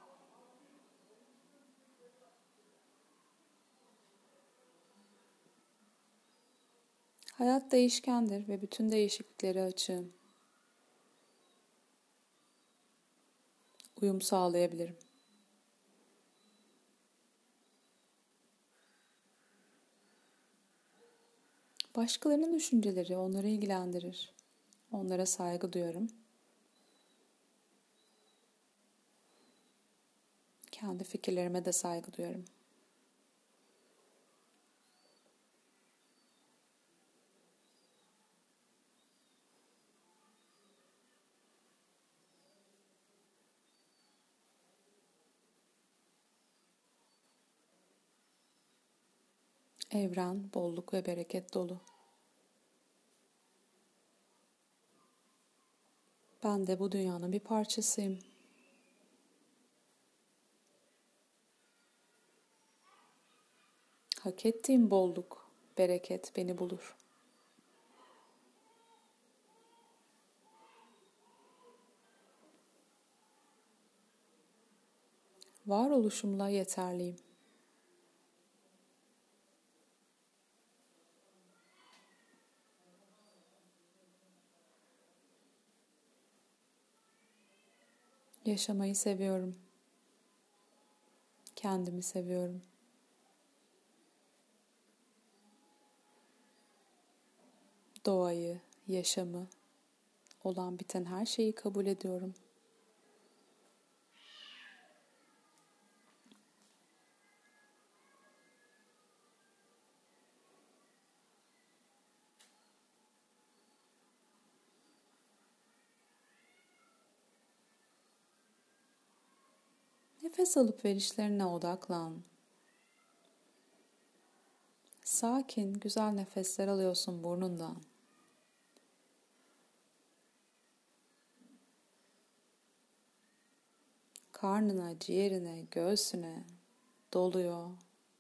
Hayat değişkendir ve bütün değişikliklere açığım. Uyum sağlayabilirim. Başkalarının düşünceleri onları ilgilendirir. Onlara saygı duyarım. Kendi fikirlerime de saygı duyarım. Evren bolluk ve bereket dolu. Ben de bu dünyanın bir parçasıyım. Hak ettiğim bolluk, bereket beni bulur. Varoluşumla yeterliyim. Yaşamayı seviyorum. Kendimi seviyorum. doğayı, yaşamı, olan biten her şeyi kabul ediyorum. Nefes alıp verişlerine odaklan. Sakin, güzel nefesler alıyorsun burnundan. Karnına, ciğerine, göğsüne doluyor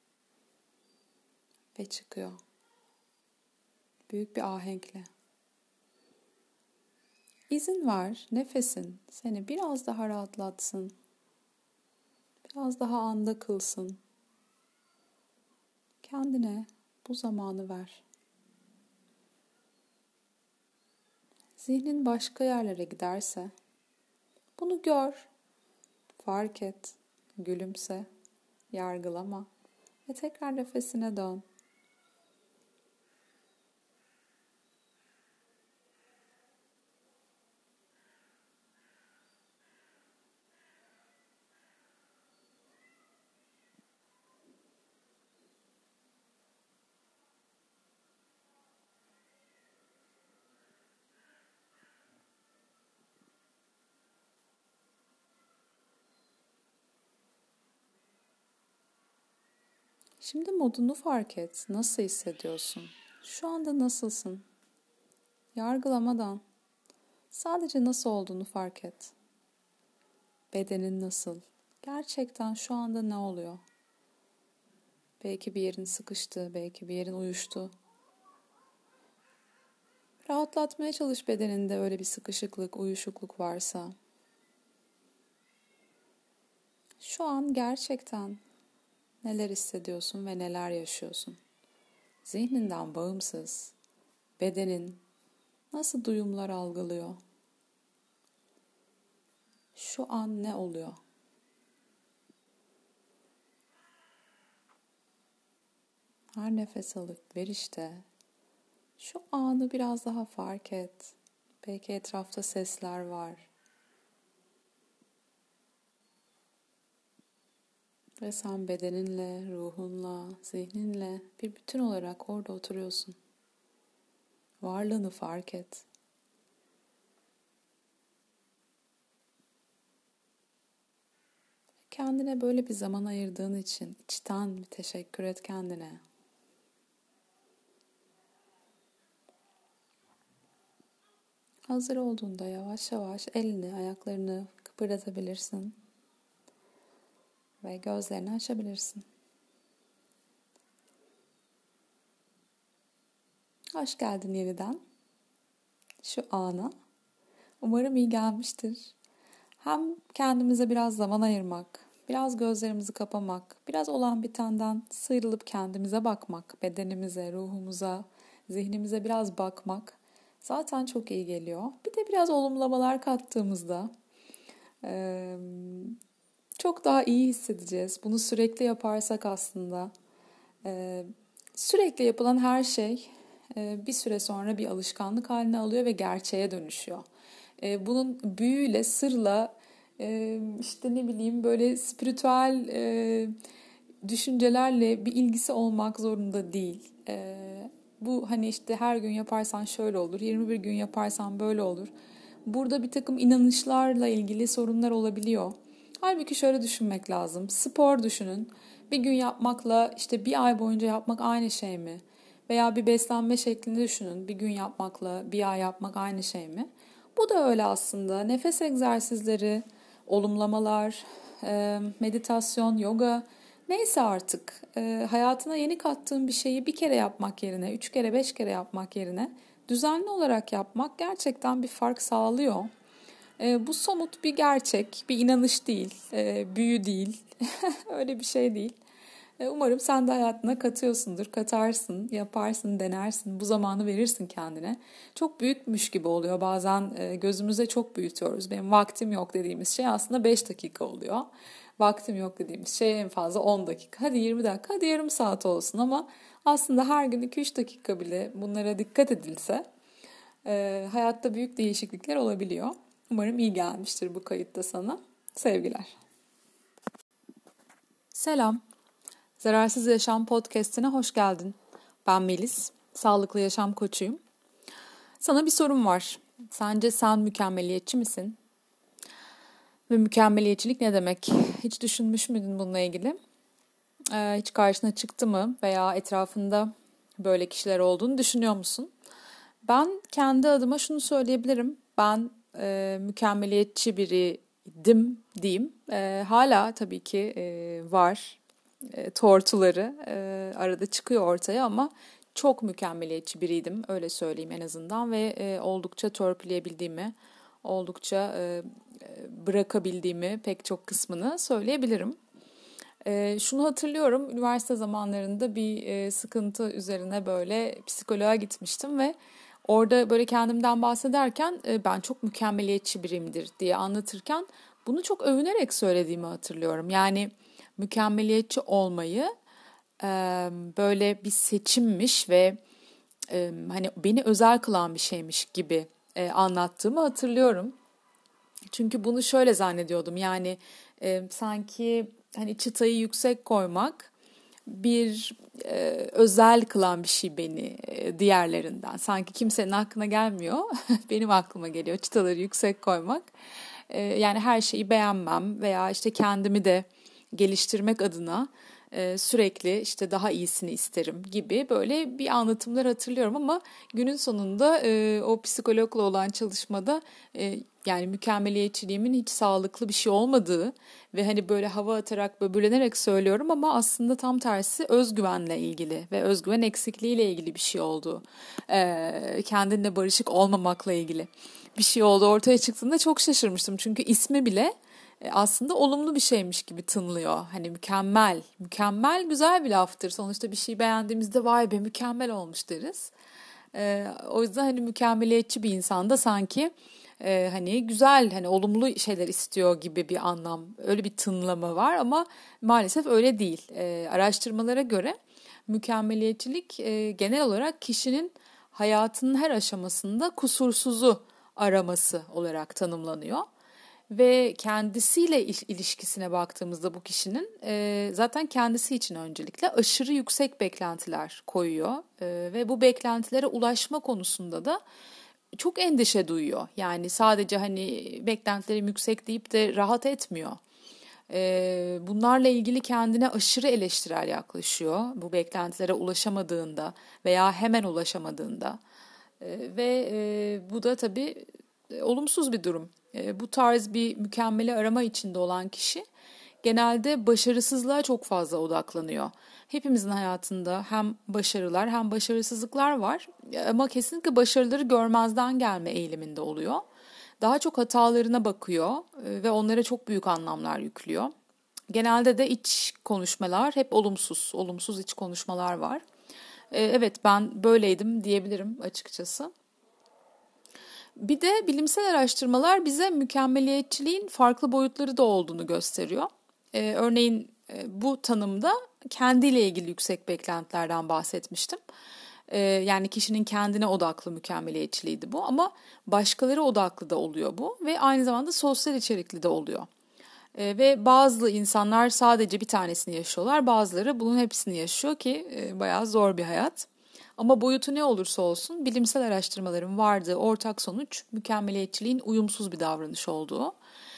ve çıkıyor. Büyük bir ahenkle. İzin ver, nefesin seni biraz daha rahatlatsın. Biraz daha anda kılsın. Kendine bu zamanı ver. Zihnin başka yerlere giderse bunu gör, fark et, gülümse, yargılama ve tekrar nefesine dön. Şimdi modunu fark et. Nasıl hissediyorsun? Şu anda nasılsın? Yargılamadan sadece nasıl olduğunu fark et. Bedenin nasıl? Gerçekten şu anda ne oluyor? Belki bir yerin sıkıştı, belki bir yerin uyuştu. Rahatlatmaya çalış bedeninde öyle bir sıkışıklık, uyuşukluk varsa. Şu an gerçekten neler hissediyorsun ve neler yaşıyorsun? Zihninden bağımsız, bedenin nasıl duyumlar algılıyor? Şu an ne oluyor? Her nefes alıp verişte şu anı biraz daha fark et. Belki etrafta sesler var. Ve sen bedeninle, ruhunla, zihninle bir bütün olarak orada oturuyorsun. Varlığını fark et. Kendine böyle bir zaman ayırdığın için içten bir teşekkür et kendine. Hazır olduğunda yavaş yavaş elini, ayaklarını kıpırdatabilirsin. Ve gözlerini açabilirsin. Hoş geldin yeniden şu ana. Umarım iyi gelmiştir. Hem kendimize biraz zaman ayırmak, biraz gözlerimizi kapamak, biraz olan bitenden sıyrılıp kendimize bakmak, bedenimize, ruhumuza, zihnimize biraz bakmak zaten çok iyi geliyor. Bir de biraz olumlamalar kattığımızda çok daha iyi hissedeceğiz. Bunu sürekli yaparsak aslında sürekli yapılan her şey bir süre sonra bir alışkanlık haline alıyor ve gerçeğe dönüşüyor. Bunun büyüyle, sırla, işte ne bileyim böyle spiritüel düşüncelerle bir ilgisi olmak zorunda değil. Bu hani işte her gün yaparsan şöyle olur, 21 gün yaparsan böyle olur. Burada bir takım inanışlarla ilgili sorunlar olabiliyor. Halbuki şöyle düşünmek lazım. Spor düşünün. Bir gün yapmakla işte bir ay boyunca yapmak aynı şey mi? Veya bir beslenme şeklini düşünün. Bir gün yapmakla bir ay yapmak aynı şey mi? Bu da öyle aslında. Nefes egzersizleri, olumlamalar, meditasyon, yoga neyse artık hayatına yeni kattığın bir şeyi bir kere yapmak yerine, 3 kere 5 kere yapmak yerine düzenli olarak yapmak gerçekten bir fark sağlıyor. Bu somut bir gerçek, bir inanış değil, büyü değil, öyle bir şey değil. Umarım sen de hayatına katıyorsundur, katarsın, yaparsın, denersin, bu zamanı verirsin kendine. Çok büyükmüş gibi oluyor bazen gözümüze çok büyütüyoruz. Benim vaktim yok dediğimiz şey aslında 5 dakika oluyor. vaktim yok dediğimiz şey en fazla 10 dakika. Hadi 20 dakika, hadi yarım saat olsun ama aslında her gün 2-3 dakika bile bunlara dikkat edilse hayatta büyük değişiklikler olabiliyor. Umarım iyi gelmiştir bu kayıtta sana. Sevgiler. Selam. Zararsız Yaşam Podcast'ine hoş geldin. Ben Melis, sağlıklı yaşam koçuyum. Sana bir sorum var. Sence sen mükemmeliyetçi misin? Ve mükemmeliyetçilik ne demek? Hiç düşünmüş müydün bununla ilgili? Hiç karşına çıktı mı veya etrafında böyle kişiler olduğunu düşünüyor musun? Ben kendi adıma şunu söyleyebilirim. Ben mükemmeliyetçi biriydim diyeyim. Hala tabii ki var. Tortuları arada çıkıyor ortaya ama çok mükemmeliyetçi biriydim. Öyle söyleyeyim en azından ve oldukça törpüleyebildiğimi, oldukça bırakabildiğimi pek çok kısmını söyleyebilirim. Şunu hatırlıyorum, üniversite zamanlarında bir sıkıntı üzerine böyle psikoloğa gitmiştim ve orada böyle kendimden bahsederken ben çok mükemmeliyetçi biriyimdir diye anlatırken bunu çok övünerek söylediğimi hatırlıyorum. Yani mükemmeliyetçi olmayı böyle bir seçimmiş ve hani beni özel kılan bir şeymiş gibi anlattığımı hatırlıyorum. Çünkü bunu şöyle zannediyordum yani sanki hani çıtayı yüksek koymak bir özel kılan bir şey beni diğerlerinden. Sanki kimsenin aklına gelmiyor. Benim aklıma geliyor çıtaları yüksek koymak. Yani her şeyi beğenmem veya işte kendimi de geliştirmek adına sürekli işte daha iyisini isterim gibi böyle bir anlatımlar hatırlıyorum ama günün sonunda o psikologla olan çalışmada yani mükemmeliyetçiliğimin hiç sağlıklı bir şey olmadığı ve hani böyle hava atarak böbürlenerek söylüyorum ama aslında tam tersi özgüvenle ilgili ve özgüven eksikliğiyle ilgili bir şey olduğu, kendinle barışık olmamakla ilgili bir şey oldu ortaya çıktığında çok şaşırmıştım çünkü ismi bile aslında olumlu bir şeymiş gibi tınlıyor. Hani mükemmel, mükemmel güzel bir laftır. Sonuçta bir şey beğendiğimizde vay be mükemmel olmuş deriz. O yüzden hani mükemmeliyetçi bir insan da sanki hani güzel, hani olumlu şeyler istiyor gibi bir anlam, öyle bir tınlama var ama maalesef öyle değil. Araştırmalara göre mükemmeliyetçilik genel olarak kişinin hayatının her aşamasında kusursuzu araması olarak tanımlanıyor. Ve kendisiyle ilişkisine baktığımızda bu kişinin zaten kendisi için öncelikle aşırı yüksek beklentiler koyuyor. Ve bu beklentilere ulaşma konusunda da çok endişe duyuyor. Yani sadece hani beklentilerim yüksek deyip de rahat etmiyor. Bunlarla ilgili kendine aşırı eleştirel yaklaşıyor. Bu beklentilere ulaşamadığında veya hemen ulaşamadığında. Ve bu da tabii olumsuz bir durum. Bu tarz bir mükemmeli arama içinde olan kişi genelde başarısızlığa çok fazla odaklanıyor. Hepimizin hayatında hem başarılar hem başarısızlıklar var ama kesinlikle başarıları görmezden gelme eğiliminde oluyor. Daha çok hatalarına bakıyor ve onlara çok büyük anlamlar yüklüyor. Genelde de iç konuşmalar hep olumsuz, olumsuz iç konuşmalar var. Evet ben böyleydim diyebilirim açıkçası. Bir de bilimsel araştırmalar bize mükemmeliyetçiliğin farklı boyutları da olduğunu gösteriyor. Örneğin bu tanımda kendiyle ilgili yüksek beklentilerden bahsetmiştim. Yani kişinin kendine odaklı mükemmeliyetçiliğiydi bu ama başkaları odaklı da oluyor bu ve aynı zamanda sosyal içerikli de oluyor. Ve bazı insanlar sadece bir tanesini yaşıyorlar, bazıları bunun hepsini yaşıyor ki bayağı zor bir hayat. Ama boyutu ne olursa olsun bilimsel araştırmaların vardığı ortak sonuç mükemmeliyetçiliğin uyumsuz bir davranış olduğu.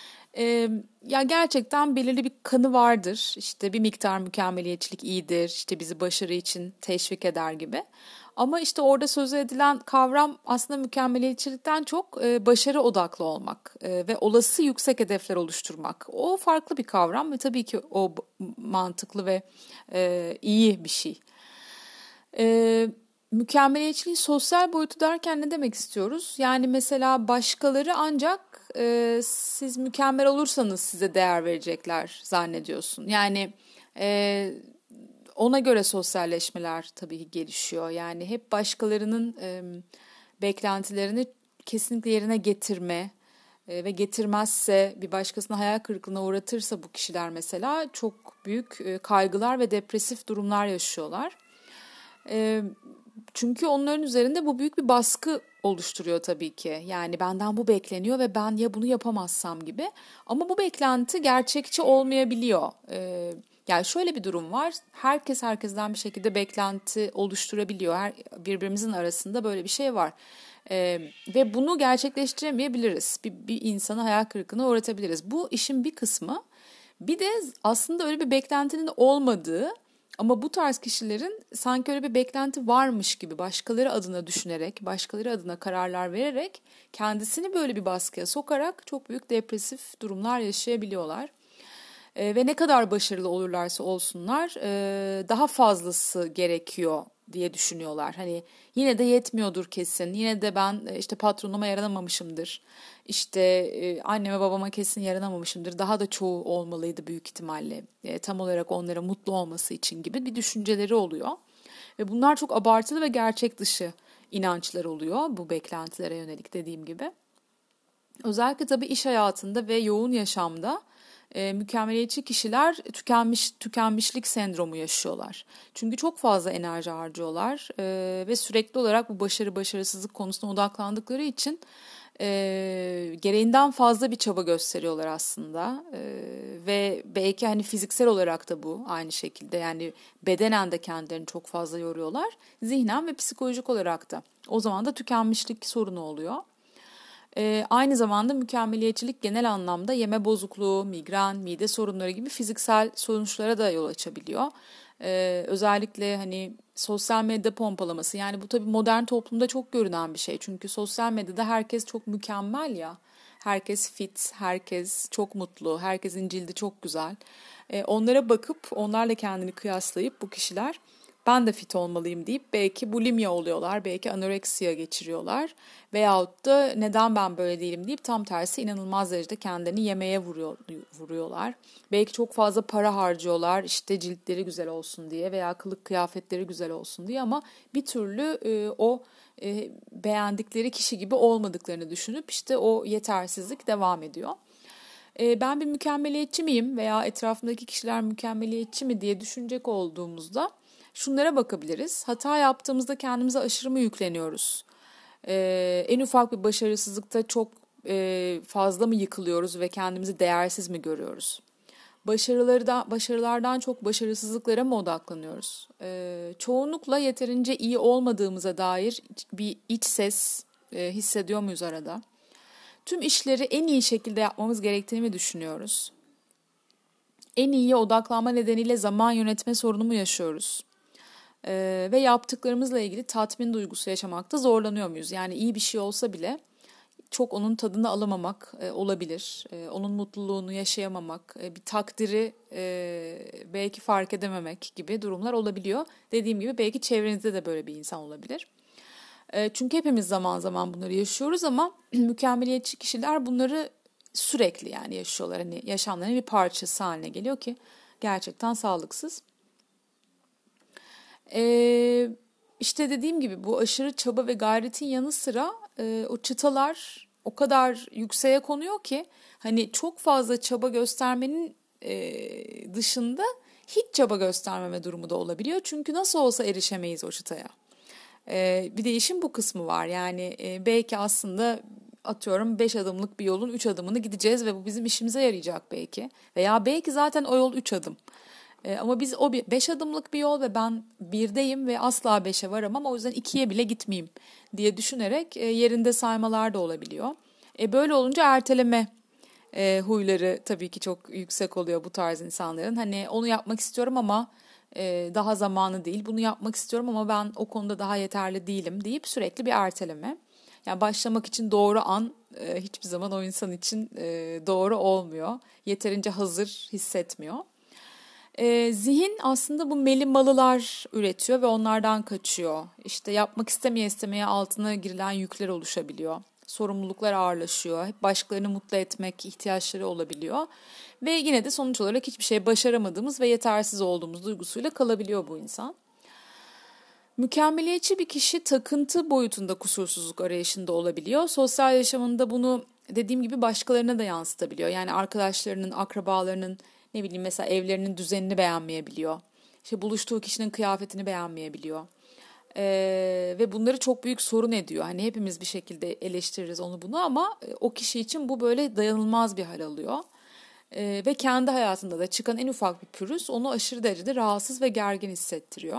Ya gerçekten belirli bir kanı vardır. İşte bir miktar mükemmeliyetçilik iyidir, işte bizi başarı için teşvik eder gibi. Ama işte orada söz edilen kavram aslında mükemmeliyetçilikten çok başarı odaklı olmak ve olası yüksek hedefler oluşturmak. O farklı bir kavram ve tabii ki o mantıklı ve iyi bir şey. Mükemmeliyetçiliğin sosyal boyutu derken ne demek istiyoruz? Yani mesela başkaları ancak siz mükemmel olursanız size değer verecekler zannediyorsun. Yani ona göre sosyalleşmeler tabii ki gelişiyor. Yani hep başkalarının beklentilerini kesinlikle yerine getirme, ve getirmezse, bir başkasına hayal kırıklığına uğratırsa bu kişiler mesela çok büyük kaygılar ve depresif durumlar yaşıyorlar. Çünkü onların üzerinde bu büyük bir baskı oluşturuyor tabii ki. Yani benden bu bekleniyor ve ben ya bunu yapamazsam gibi. Ama bu beklenti gerçekçi olmayabiliyor. Yani şöyle bir durum var. Herkes herkesten bir şekilde beklenti oluşturabiliyor. Birbirimizin arasında böyle bir şey var. Ve bunu gerçekleştiremeyebiliriz. Bir insanı hayal kırıklığına uğratabiliriz. Bu işin bir kısmı. Bir de aslında öyle bir beklentinin olmadığı ama bu tarz kişilerin sanki öyle bir beklenti varmış gibi başkaları adına düşünerek, başkaları adına kararlar vererek kendisini böyle bir baskıya sokarak çok büyük depresif durumlar yaşayabiliyorlar. Ve ne kadar başarılı olurlarsa olsunlar daha fazlası gerekiyor diye düşünüyorlar. Hani yine de yetmiyordur kesin. Yine de ben işte patronuma yaranamamışımdır. İşte anneme babama kesin yaranamamışımdır. Daha da çoğu olmalıydı büyük ihtimalle. Tam olarak onlara mutlu olması için gibi bir düşünceleri oluyor. Ve bunlar çok abartılı ve gerçek dışı inançlar oluyor bu beklentilere yönelik dediğim gibi. Özellikle tabii iş hayatında ve yoğun yaşamda mükemmeliyetçi kişiler tükenmişlik sendromu yaşıyorlar. Çünkü çok fazla enerji harcıyorlar ve sürekli olarak bu başarısızlık konusuna odaklandıkları için gereğinden fazla bir çaba gösteriyorlar aslında. Ve belki hani fiziksel olarak da bu aynı şekilde, yani bedenen de kendilerini çok fazla yoruyorlar, zihnen ve psikolojik olarak da. O zaman da tükenmişlik sorunu oluyor. Aynı zamanda mükemmeliyetçilik genel anlamda yeme bozukluğu, migren, mide sorunları gibi fiziksel sonuçlara da yol açabiliyor. Özellikle hani sosyal medya pompalaması, yani bu tabii modern toplumda çok görünen bir şey. Çünkü sosyal medyada herkes çok mükemmel ya. Herkes fit, herkes çok mutlu, herkesin cildi çok güzel. Onlara bakıp onlarla kendini kıyaslayıp bu kişiler ben de fit olmalıyım deyip belki bulimya oluyorlar, belki anoreksiya geçiriyorlar. Veyahut da neden ben böyle değilim deyip tam tersi inanılmaz derecede kendini yemeğe vuruyorlar. Belki çok fazla para harcıyorlar işte ciltleri güzel olsun diye veya kılık kıyafetleri güzel olsun diye, ama bir türlü beğendikleri kişi gibi olmadıklarını düşünüp işte o yetersizlik devam ediyor. Ben bir mükemmeliyetçi miyim veya etrafımdaki kişiler mükemmeliyetçi mi diye düşünecek olduğumuzda şunlara bakabiliriz. Hata yaptığımızda kendimize aşırı mı yükleniyoruz? En ufak bir başarısızlıkta çok fazla mı yıkılıyoruz ve kendimizi değersiz mi görüyoruz? Başarılardan çok başarısızlıklara mı odaklanıyoruz? Çoğunlukla yeterince iyi olmadığımıza dair bir iç ses hissediyor muyuz arada? Tüm işleri en iyi şekilde yapmamız gerektiğini mi düşünüyoruz? En iyiye odaklanma nedeniyle zaman yönetme sorunu mu yaşıyoruz? Ve yaptıklarımızla ilgili tatmin duygusu yaşamakta zorlanıyor muyuz? Yani iyi bir şey olsa bile çok onun tadını alamamak olabilir. Onun mutluluğunu yaşayamamak, bir takdiri belki fark edememek gibi durumlar olabiliyor. Dediğim gibi belki çevrenizde de böyle bir insan olabilir. Çünkü hepimiz zaman zaman bunları yaşıyoruz ama mükemmeliyetçi kişiler bunları sürekli yani yaşıyorlar. Hani yaşamlarının bir parçası haline geliyor ki gerçekten sağlıksız. İşte dediğim gibi bu aşırı çaba ve gayretin yanı sıra o çıtalar o kadar yükseğe konuyor ki hani çok fazla çaba göstermenin dışında hiç çaba göstermeme durumu da olabiliyor. Çünkü nasıl olsa erişemeyiz o çıtaya. Bir de işin bu kısmı var. Yani belki aslında atıyorum 5 adımlık bir yolun 3 adımını gideceğiz ve bu bizim işimize yarayacak belki. Veya belki zaten o yol 3 adım. Ama biz o 5 adımlık bir yol ve ben 1'deyim ve asla 5'e varamam, o yüzden 2'ye bile gitmeyeyim diye düşünerek yerinde saymalar da olabiliyor. Böyle olunca erteleme huyları tabii ki çok yüksek oluyor bu tarz insanların. Hani onu yapmak istiyorum ama daha zamanı değil. Bunu yapmak istiyorum ama ben o konuda daha yeterli değilim deyip sürekli bir erteleme. Yani başlamak için doğru an hiçbir zaman o insan için doğru olmuyor. Yeterince hazır hissetmiyor. Zihin aslında bu melimalılar üretiyor ve onlardan kaçıyor. İşte yapmak istemeye altına girilen yükler oluşabiliyor. Sorumluluklar ağırlaşıyor. Hep başkalarını mutlu etmek ihtiyaçları olabiliyor. Ve yine de sonuç olarak hiçbir şey başaramadığımız ve yetersiz olduğumuz duygusuyla kalabiliyor bu insan. Mükemmeliyetçi bir kişi takıntı boyutunda kusursuzluk arayışında olabiliyor. Sosyal yaşamında bunu dediğim gibi başkalarına da yansıtabiliyor. Yani arkadaşlarının, akrabalarının, ne bileyim mesela evlerinin düzenini beğenmeyebiliyor. İşte buluştuğu kişinin kıyafetini beğenmeyebiliyor. Ve bunları çok büyük sorun ediyor. Hani hepimiz bir şekilde eleştiririz onu bunu ama o kişi için bu böyle dayanılmaz bir hal alıyor. Ve kendi hayatında da çıkan en ufak bir pürüz onu aşırı derecede rahatsız ve gergin hissettiriyor.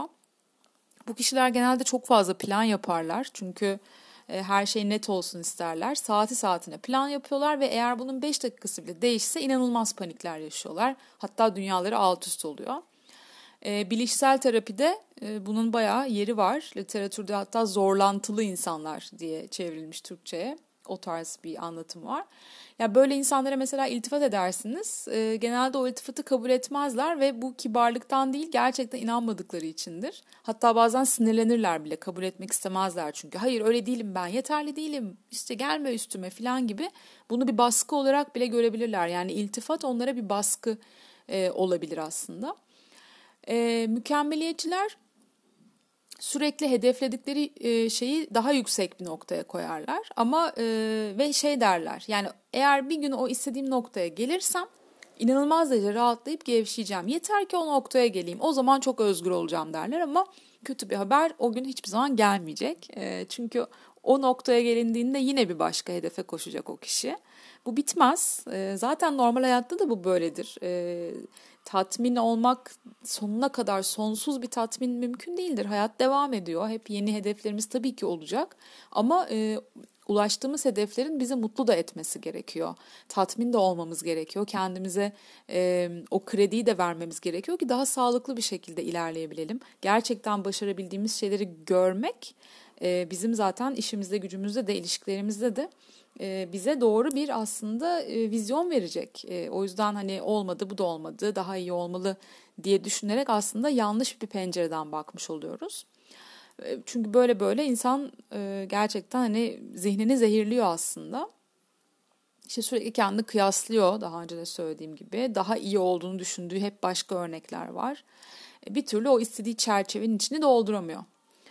Bu kişiler genelde çok fazla plan yaparlar. Çünkü her şey net olsun isterler. Saati saatine plan yapıyorlar ve eğer bunun 5 dakikası bile değişse inanılmaz panikler yaşıyorlar. Hatta dünyaları alt üst oluyor. Bilişsel terapide bunun bayağı yeri var. Literatürde hatta zorlantılı insanlar diye çevrilmiş Türkçe'ye. O tarz bir anlatım var. Ya böyle insanlara mesela iltifat edersiniz. Genelde o iltifatı kabul etmezler ve bu kibarlıktan değil gerçekten inanmadıkları içindir. Hatta bazen sinirlenirler bile, kabul etmek istemezler çünkü. Hayır öyle değilim ben, yeterli değilim, işte gelme üstüme falan gibi. Bunu bir baskı olarak bile görebilirler. Yani iltifat onlara bir baskı olabilir aslında. Mükemmeliyetçiler sürekli hedefledikleri şeyi daha yüksek bir noktaya koyarlar ama ve şey derler, yani eğer bir gün o istediğim noktaya gelirsem inanılmaz derece rahatlayıp gevşeyeceğim. Yeter ki o noktaya geleyim, o zaman çok özgür olacağım derler ama kötü bir haber, o gün hiçbir zaman gelmeyecek. Çünkü o noktaya gelindiğinde yine bir başka hedefe koşacak o kişi. Bu bitmez. Zaten normal hayatta da bu böyledir. Tatmin olmak sonuna kadar, sonsuz bir tatmin mümkün değildir. Hayat devam ediyor. Hep yeni hedeflerimiz tabii ki olacak. Ama ulaştığımız hedeflerin bizi mutlu da etmesi gerekiyor. Tatmin de olmamız gerekiyor. Kendimize o krediyi de vermemiz gerekiyor ki daha sağlıklı bir şekilde ilerleyebilelim. Gerçekten başarabildiğimiz şeyleri görmek bizim zaten işimizde, gücümüzde de, ilişkilerimizde de bize doğru bir aslında vizyon verecek. O yüzden hani olmadı, bu da olmadı, daha iyi olmalı diye düşünerek aslında yanlış bir pencereden bakmış oluyoruz. Çünkü böyle böyle insan gerçekten hani zihnini zehirliyor aslında. İşte sürekli kendini kıyaslıyor, daha önce de söylediğim gibi. Daha iyi olduğunu düşündüğü hep başka örnekler var. Bir türlü o istediği çerçevenin içini dolduramıyor.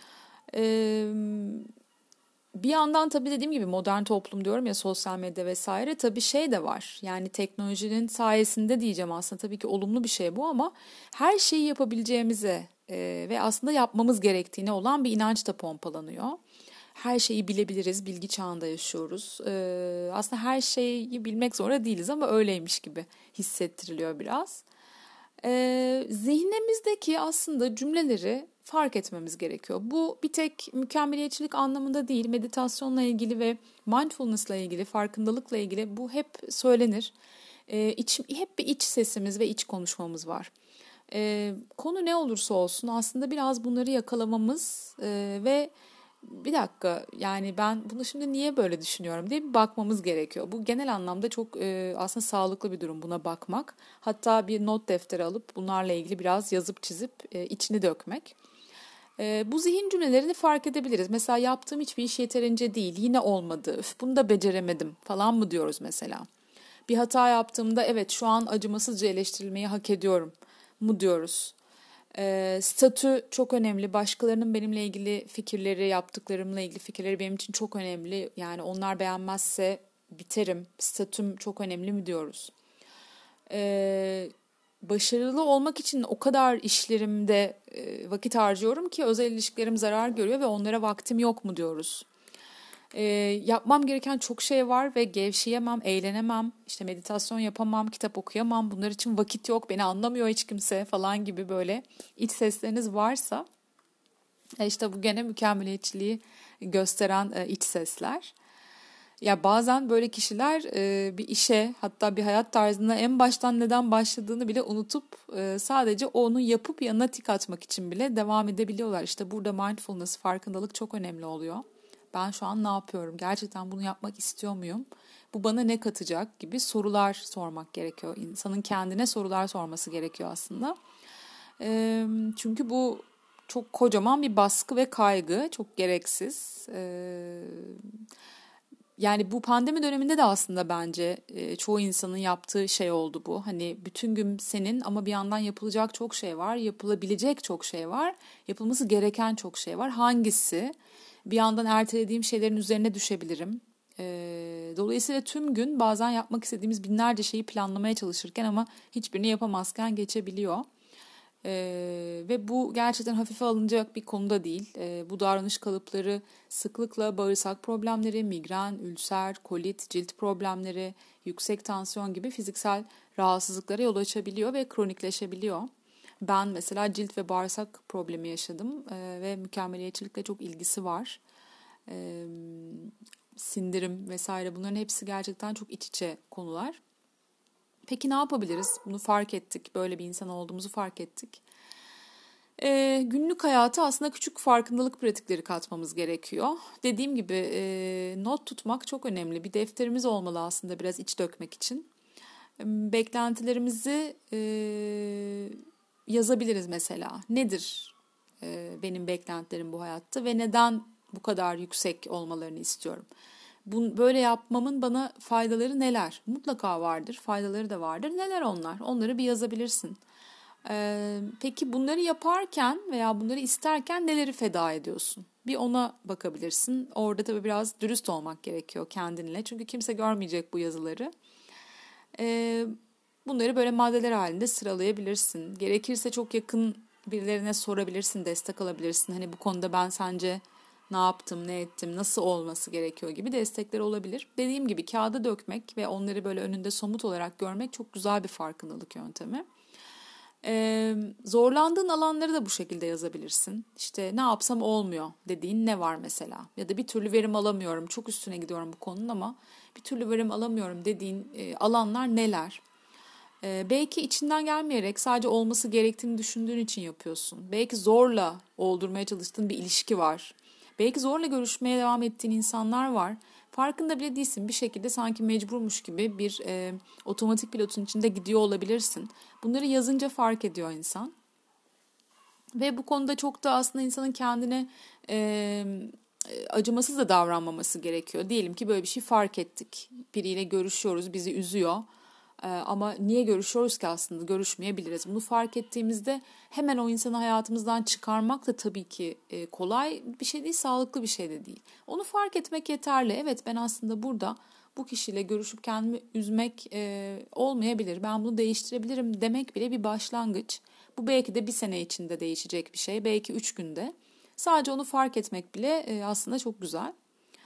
Bir yandan tabii dediğim gibi modern toplum diyorum ya, sosyal medya vesaire, tabii şey de var. Yani teknolojinin sayesinde diyeceğim, aslında tabii ki olumlu bir şey bu ama her şeyi yapabileceğimize ve aslında yapmamız gerektiğine olan bir inanç da pompalanıyor. Her şeyi bilebiliriz, bilgi çağında yaşıyoruz. Aslında her şeyi bilmek zorunda değiliz ama öyleymiş gibi hissettiriliyor biraz. Zihnimizdeki aslında cümleleri fark etmemiz gerekiyor. Bu bir tek mükemmeliyetçilik anlamında değil, meditasyonla ilgili ve mindfulness'la ilgili, farkındalıkla ilgili bu hep söylenir. Hep bir iç sesimiz ve iç konuşmamız var. Konu ne olursa olsun aslında biraz bunları yakalamamız ve bir dakika, yani ben bunu şimdi niye böyle düşünüyorum diye bir bakmamız gerekiyor. Bu genel anlamda çok aslında sağlıklı bir durum, buna bakmak. Hatta bir not defteri alıp bunlarla ilgili biraz yazıp çizip içini dökmek. Bu zihin cümlelerini fark edebiliriz. Mesela yaptığım hiçbir iş yeterince değil, yine olmadı, üf, bunu da beceremedim falan mı diyoruz mesela. Bir hata yaptığımda evet şu an acımasızca eleştirilmeyi hak ediyorum mu diyoruz. Statü çok önemli. Başkalarının benimle ilgili fikirleri, yaptıklarımla ilgili fikirleri benim için çok önemli. Yani onlar beğenmezse biterim. Statüm çok önemli mi diyoruz. Başarılı olmak için o kadar işlerimde vakit harcıyorum ki özel ilişkilerim zarar görüyor ve onlara vaktim yok mu diyoruz. Yapmam gereken çok şey var ve gevşeyemem, eğlenemem, işte meditasyon yapamam, kitap okuyamam, bunlar için vakit yok, beni anlamıyor hiç kimse falan gibi böyle iç sesleriniz varsa işte bu gene mükemmeliyetçiliği gösteren iç sesler. Ya bazen böyle kişiler bir işe, hatta bir hayat tarzına en baştan neden başladığını bile unutup sadece onu yapıp yanına tik atmak için bile devam edebiliyorlar. İşte burada mindfulness, farkındalık çok önemli oluyor. Ben şu an ne yapıyorum? Gerçekten bunu yapmak istiyor muyum? Bu bana ne katacak gibi sorular sormak gerekiyor. İnsanın kendine sorular sorması gerekiyor aslında. Çünkü bu çok kocaman bir baskı ve kaygı, çok gereksiz. Yani bu pandemi döneminde de aslında bence çoğu insanın yaptığı şey oldu bu. Hani bütün gün senin ama bir yandan yapılacak çok şey var, yapılabilecek çok şey var, yapılması gereken çok şey var. Hangisi? Bir yandan ertelediğim şeylerin üzerine düşebilirim. Dolayısıyla tüm gün bazen yapmak istediğimiz binlerce şeyi planlamaya çalışırken ama hiçbirini yapamazken geçebiliyor. Ve bu gerçekten hafife alınacak bir konu da değil. Bu davranış kalıpları sıklıkla bağırsak problemleri, migren, ülser, kolit, cilt problemleri, yüksek tansiyon gibi fiziksel rahatsızlıklara yol açabiliyor ve kronikleşebiliyor. Ben mesela cilt ve bağırsak problemi yaşadım ve mükemmeliyetçilikle çok ilgisi var. Sindirim vesaire, bunların hepsi gerçekten çok iç içe konular. Peki ne yapabiliriz? Bunu fark ettik. Böyle bir insan olduğumuzu fark ettik. Günlük hayata aslında küçük farkındalık pratikleri katmamız gerekiyor. Dediğim gibi not tutmak çok önemli. Bir defterimiz olmalı aslında biraz iç dökmek için. Beklentilerimizi yazabiliriz mesela. Nedir benim beklentilerim bu hayatta ve neden bu kadar yüksek olmalarını istiyorum? Böyle yapmamın bana faydaları neler? Mutlaka vardır, faydaları da vardır. Neler onlar? Onları bir yazabilirsin. Peki bunları yaparken veya bunları isterken neleri feda ediyorsun? Bir ona bakabilirsin. Orada tabii biraz dürüst olmak gerekiyor kendinle. Çünkü kimse görmeyecek bu yazıları. Bunları böyle maddeler halinde sıralayabilirsin. Gerekirse çok yakın birilerine sorabilirsin, destek alabilirsin. Hani bu konuda ben sence ne yaptım, ne ettim, nasıl olması gerekiyor gibi destekler olabilir. Dediğim gibi kağıda dökmek ve onları böyle önünde somut olarak görmek çok güzel bir farkındalık yöntemi. Zorlandığın alanları da bu şekilde yazabilirsin. İşte ne yapsam olmuyor dediğin ne var mesela? Ya da bir türlü verim alamıyorum, çok üstüne gidiyorum bu konunun ama bir türlü verim alamıyorum dediğin alanlar neler? Belki içinden gelmeyerek sadece olması gerektiğini düşündüğün için yapıyorsun. Belki zorla oldurmaya çalıştığın bir ilişki var. Belki zorla görüşmeye devam ettiğin insanlar var. Farkında bile değilsin. Bir şekilde sanki mecburmuş gibi bir otomatik pilotun içinde gidiyor olabilirsin. Bunları yazınca fark ediyor insan. Ve bu konuda çok da aslında insanın kendine acımasız da davranmaması gerekiyor. Diyelim ki böyle bir şey fark ettik. Biriyle görüşüyoruz, bizi üzüyor. Ama niye görüşüyoruz ki aslında? Görüşmeyebiliriz. Bunu fark ettiğimizde hemen o insanı hayatımızdan çıkarmak da tabii ki kolay bir şey değil, sağlıklı bir şey de değil. Onu fark etmek yeterli. Evet, ben aslında burada bu kişiyle görüşüp kendimi üzmek olmayabilir. Ben bunu değiştirebilirim demek bile bir başlangıç. Bu belki de bir sene içinde değişecek bir şey. Belki 3 günde. Sadece onu fark etmek bile aslında çok güzel.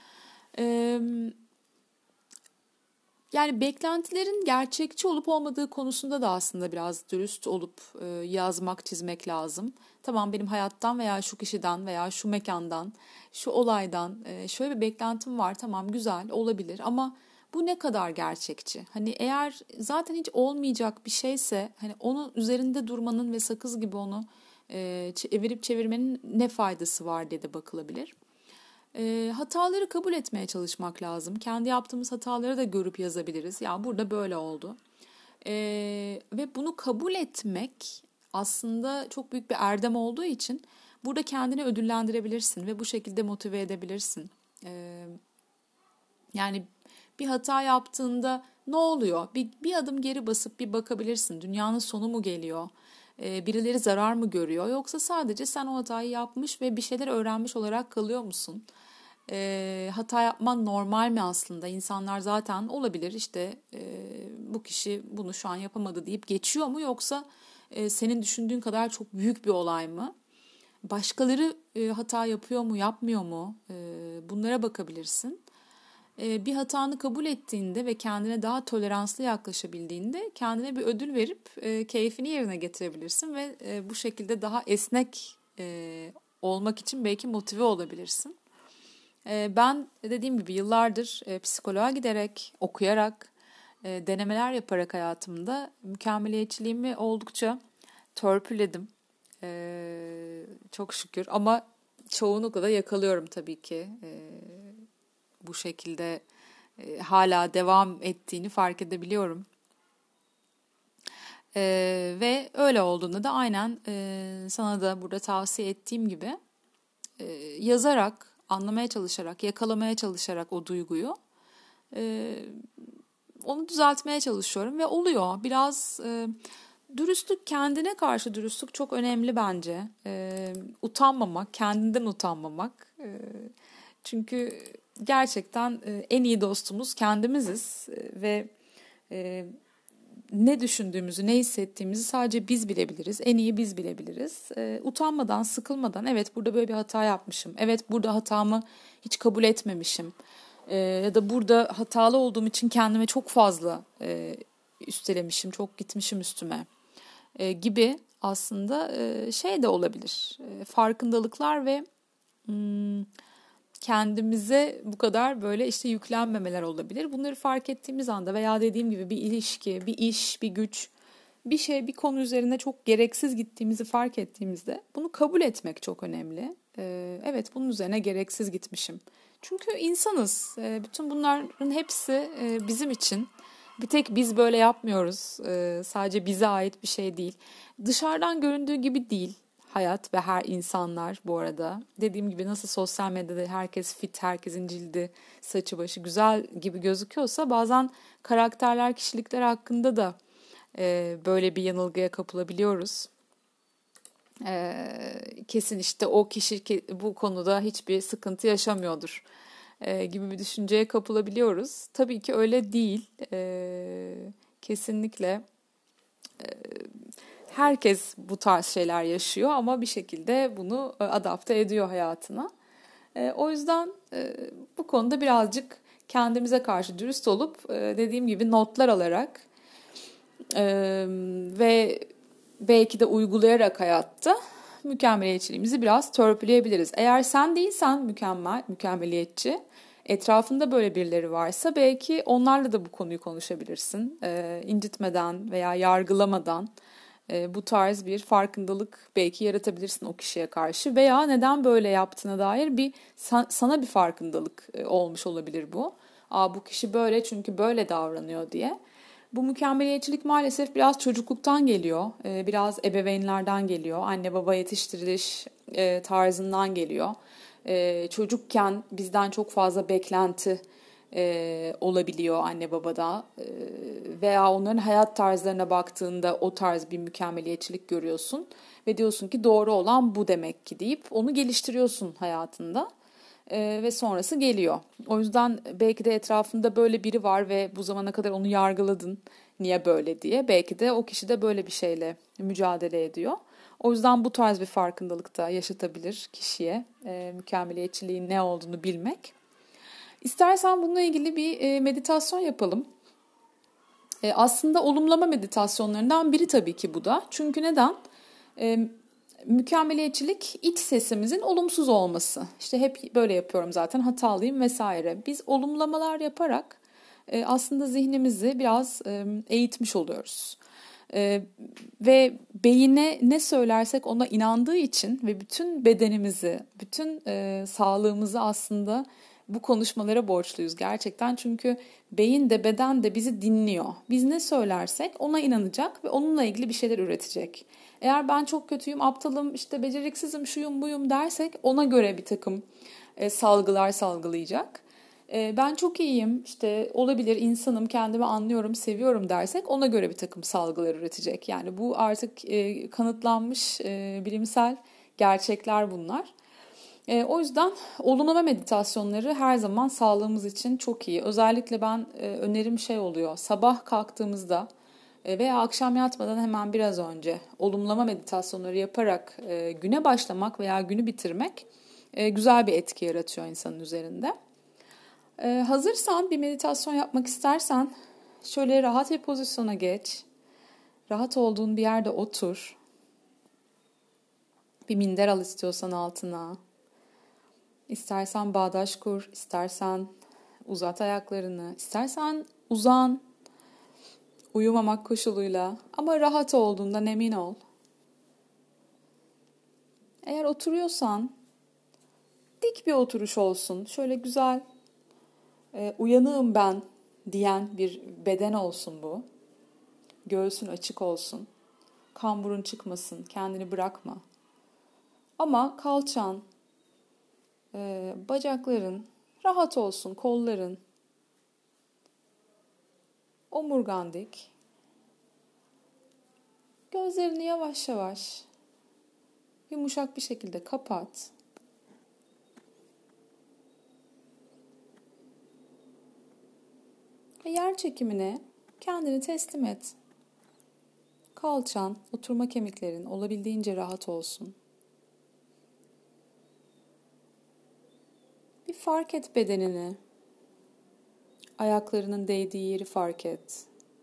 Yani beklentilerin gerçekçi olup olmadığı konusunda da aslında biraz dürüst olup yazmak, çizmek lazım. Tamam, benim hayattan veya şu kişiden veya şu mekandan, şu olaydan şöyle bir beklentim var. Tamam, güzel olabilir ama bu ne kadar gerçekçi? Hani eğer zaten hiç olmayacak bir şeyse hani onun üzerinde durmanın ve sakız gibi onu evirip çevirmenin ne faydası var diye de bakılabilir. Hataları kabul etmeye çalışmak lazım. Kendi yaptığımız hataları da görüp yazabiliriz. Ya burada böyle oldu. Ve bunu kabul etmek aslında çok büyük bir erdem olduğu için burada kendini ödüllendirebilirsin ve bu şekilde motive edebilirsin. Yani bir hata yaptığında ne oluyor? Bir adım geri basıp bir bakabilirsin. Dünyanın sonu mu geliyor? Birileri zarar mı görüyor? Yoksa sadece sen o hatayı yapmış ve bir şeyler öğrenmiş olarak kalıyor musun? Hata yapman normal mi aslında? İnsanlar zaten olabilir işte bu kişi bunu şu an yapamadı deyip geçiyor mu? Yoksa senin düşündüğün kadar çok büyük bir olay mı? Başkaları hata yapıyor mu, yapmıyor mu? Bunlara bakabilirsin. Bir hatanı kabul ettiğinde ve kendine daha toleranslı yaklaşabildiğinde kendine bir ödül verip keyfini yerine getirebilirsin ve bu şekilde daha esnek olmak için belki motive olabilirsin. Ben dediğim gibi yıllardır psikoloğa giderek, okuyarak, denemeler yaparak hayatımda mükemmeliyetçiliğimi oldukça törpüledim. Çok şükür ama çoğunlukla da yakalıyorum tabii ki. Bu şekilde hala devam ettiğini fark edebiliyorum. Ve öyle olduğunda da aynen sana da burada tavsiye ettiğim gibi yazarak, anlamaya çalışarak, yakalamaya çalışarak o duyguyu onu düzeltmeye çalışıyorum ve oluyor. Biraz dürüstlük, kendine karşı dürüstlük çok önemli bence. Utanmamak, kendinden utanmamak. Çünkü gerçekten en iyi dostumuz kendimiziz ve ne düşündüğümüzü, ne hissettiğimizi sadece biz bilebiliriz. En iyi biz bilebiliriz. Utanmadan, sıkılmadan, evet burada böyle bir hata yapmışım. Evet burada hatamı hiç kabul etmemişim. Ya da burada hatalı olduğum için kendime çok fazla üstelemişim, çok gitmişim üstüme gibi aslında şey de olabilir. Farkındalıklar ve kendimize bu kadar böyle işte yüklenmemeler olabilir. Bunları fark ettiğimiz anda veya dediğim gibi bir ilişki, bir iş, bir güç, bir şey, bir konu üzerine çok gereksiz gittiğimizi fark ettiğimizde bunu kabul etmek çok önemli. Evet, bunun üzerine gereksiz gitmişim. Çünkü insanız. Bütün bunların hepsi bizim için. Bir tek biz böyle yapmıyoruz. Sadece bize ait bir şey değil. Dışarıdan göründüğü gibi değil hayat ve her insanlar bu arada. Dediğim gibi nasıl sosyal medyada herkes fit, herkesin cildi, saçı başı güzel gibi gözüküyorsa bazen karakterler, kişilikler hakkında da böyle bir yanılgıya kapılabiliyoruz. Kesin işte o kişi bu konuda hiçbir sıkıntı yaşamıyordur gibi bir düşünceye kapılabiliyoruz. Tabii ki öyle değil. Kesinlikle herkes bu tarz şeyler yaşıyor ama bir şekilde bunu adapte ediyor hayatına. O yüzden bu konuda birazcık kendimize karşı dürüst olup dediğim gibi notlar alarak ve belki de uygulayarak hayatta mükemmeliyetçiliğimizi biraz törpüleyebiliriz. Eğer sen değilsen mükemmeliyetçi, etrafında böyle birileri varsa belki onlarla da bu konuyu konuşabilirsin. İncitmeden veya yargılamadan bu tarz bir farkındalık belki yaratabilirsin o kişiye karşı veya neden böyle yaptığına dair sana bir farkındalık olmuş olabilir bu. Bu kişi böyle çünkü böyle davranıyor diye. Bu mükemmeliyetçilik maalesef biraz çocukluktan geliyor, biraz ebeveynlerden geliyor, anne baba yetiştiriliş tarzından geliyor. Çocukken bizden çok fazla beklenti olabiliyor anne babada veya onların hayat tarzlarına baktığında o tarz bir mükemmeliyetçilik görüyorsun ve diyorsun ki doğru olan bu demek ki deyip onu geliştiriyorsun hayatında. Ve sonrası geliyor. O yüzden belki de etrafında böyle biri var ve bu zamana kadar onu yargıladın niye böyle diye. Belki de o kişi de böyle bir şeyle mücadele ediyor. O yüzden bu tarz bir farkındalık da yaşatabilir kişiye mükemmeliyetçiliğin ne olduğunu bilmek. İstersen bununla ilgili bir meditasyon yapalım. Aslında olumlama meditasyonlarından biri tabii ki bu da. Çünkü neden? Mükemmeliyetçilik iç sesimizin olumsuz olması. İşte hep böyle yapıyorum zaten hatalıyım vesaire. Biz olumlamalar yaparak aslında zihnimizi biraz eğitmiş oluyoruz. Ve beyine ne söylersek ona inandığı için ve bütün bedenimizi, bütün sağlığımızı aslında bu konuşmalara borçluyuz gerçekten. Çünkü beyin de beden de bizi dinliyor. Biz ne söylersek ona inanacak ve onunla ilgili bir şeyler üretecek. Eğer ben çok kötüyüm, aptalım, işte beceriksizim, şuyum buyum dersek ona göre bir takım salgılar salgılayacak. Ben çok iyiyim, işte olabilir, insanım, kendimi anlıyorum, seviyorum dersek ona göre bir takım salgılar üretecek. Yani bu artık kanıtlanmış bilimsel gerçekler bunlar. O yüzden olumlama meditasyonları her zaman sağlığımız için çok iyi. Özellikle ben önerim şey oluyor, sabah kalktığımızda veya akşam yatmadan hemen biraz önce olumlama meditasyonları yaparak güne başlamak veya günü bitirmek güzel bir etki yaratıyor insanın üzerinde. Hazırsan bir meditasyon yapmak istersen şöyle rahat bir pozisyona geç. Rahat olduğun bir yerde otur. Bir minder al istiyorsan altına. İstersen bağdaş kur, istersen uzat ayaklarını, istersen uzan, uyumamak koşuluyla ama rahat olduğundan emin ol. Eğer oturuyorsan dik bir oturuş olsun, şöyle güzel, uyanığım ben diyen bir beden olsun bu. Göğsün açık olsun, kamburun çıkmasın, kendini bırakma. Ama kalçan, bacakların rahat olsun, kolların, omurgan dik. Gözlerini yavaş yavaş, yumuşak bir şekilde kapat. Ve yer çekimine kendini teslim et. Kalçan, oturma kemiklerin olabildiğince rahat olsun. Bir fark et bedenini. Ayaklarının değdiği yeri fark et.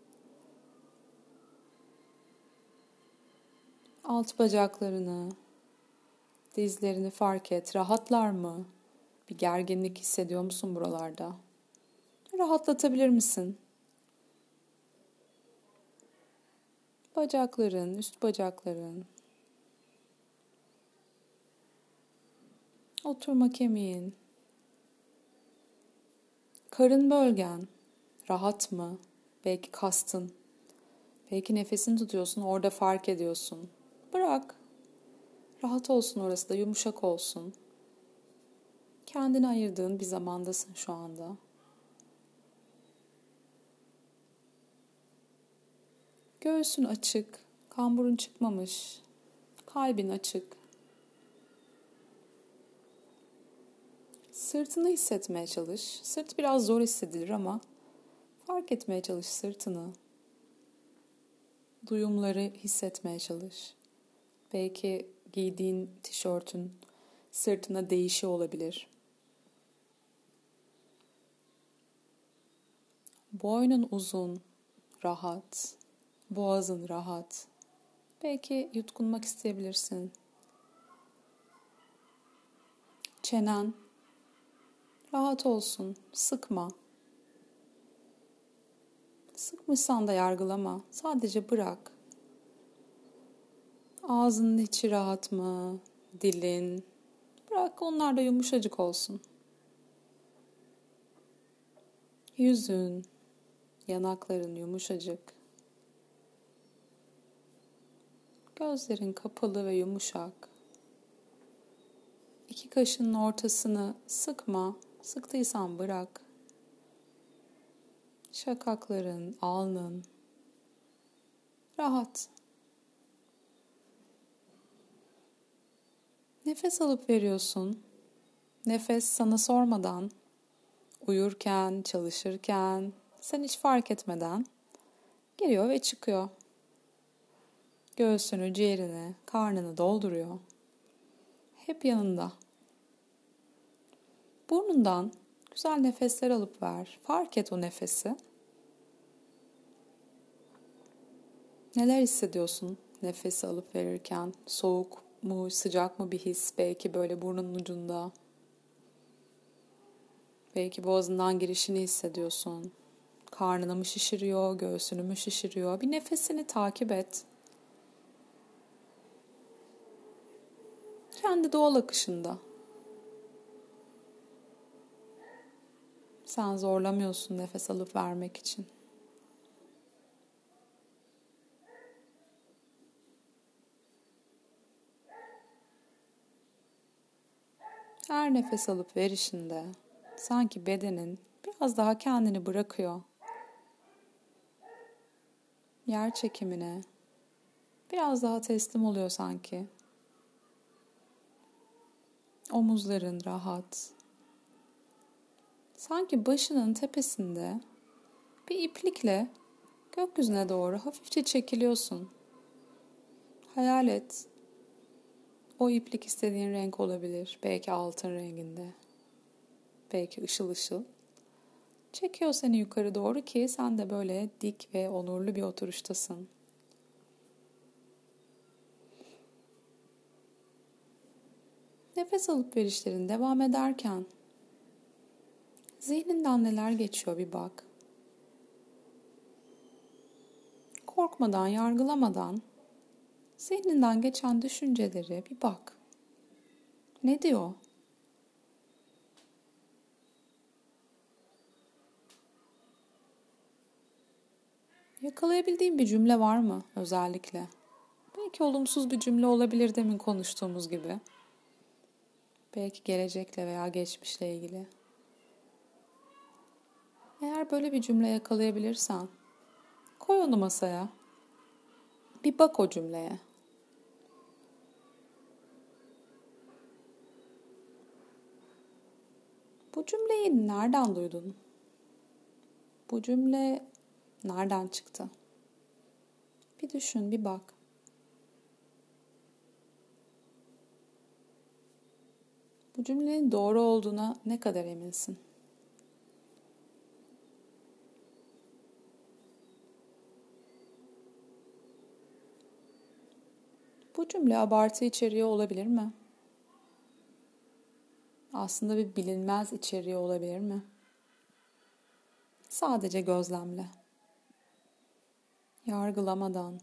Alt bacaklarını, dizlerini fark et. Rahatlar mı? Bir gerginlik hissediyor musun buralarda? Rahatlatabilir misin? Bacakların, üst bacakların, oturma kemiğin, karın bölgen rahat mı? Belki kastın, belki nefesini tutuyorsun, orada fark ediyorsun. Bırak, rahat olsun, orası da yumuşak olsun. Kendine ayırdığın bir zamandasın şu anda. Göğsün açık, kamburun çıkmamış, kalbin açık. Sırtını hissetmeye çalış. Sırt biraz zor hissedilir ama fark etmeye çalış sırtını. Duyumları hissetmeye çalış. Belki giydiğin tişörtün sırtına değişi olabilir. Boynun uzun, rahat. Boğazın rahat. Belki yutkunmak isteyebilirsin. Çenen rahat olsun, sıkma. Sıkmışsan da yargılama, sadece bırak. Ağzının içi rahat mı? Dilin. Bırak onlar da yumuşacık olsun. Yüzün, yanakların yumuşacık. Gözlerin kapalı ve yumuşak. İki kaşının ortasını sıkma. Sıktıysan bırak. Şakakların, alnın rahat. Nefes alıp veriyorsun. Nefes sana sormadan, uyurken, çalışırken, sen hiç fark etmeden giriyor ve çıkıyor. Göğsünü, ciğerini, karnını dolduruyor. Hep yanında. Burnundan güzel nefesler alıp ver. Fark et o nefesi. Neler hissediyorsun nefesi alıp verirken? Soğuk mu, sıcak mı bir his? Belki böyle burnunun ucunda. Belki boğazından girişini hissediyorsun. Karnını mı şişiriyor, göğsünü mü şişiriyor? Bir nefesini takip et. Kendi doğal akışında. Sen zorlamıyorsun nefes alıp vermek için. Her nefes alıp verişinde sanki bedenin biraz daha kendini bırakıyor. Yer çekimine biraz daha teslim oluyor sanki. Omuzların rahat. Sanki başının tepesinde bir iplikle gökyüzüne doğru hafifçe çekiliyorsun. Hayal et. O iplik istediğin renk olabilir. Belki altın renginde. Belki ışıl ışıl. Çekiyor seni yukarı doğru ki sen de böyle dik ve onurlu bir oturuştasın. Nefes alıp verişlerin devam ederken zihninden neler geçiyor bir bak. Korkmadan, yargılamadan zihninden geçen düşüncelere bir bak. Ne diyor? Yakalayabildiğin bir cümle var mı özellikle? Belki olumsuz bir cümle olabilir demin konuştuğumuz gibi. Belki gelecekle veya geçmişle ilgili. Eğer böyle bir cümle yakalayabilirsen, koy onu masaya. Bir bak o cümleye. Bu cümleyi nereden duydun? Bu cümle nereden çıktı? Bir düşün, bir bak. Bu cümlenin doğru olduğuna ne kadar eminsin? Bu cümle abartı içeriyor olabilir mi? Aslında bir bilinmez içeriyor olabilir mi? Sadece gözlemle. Yargılamadan.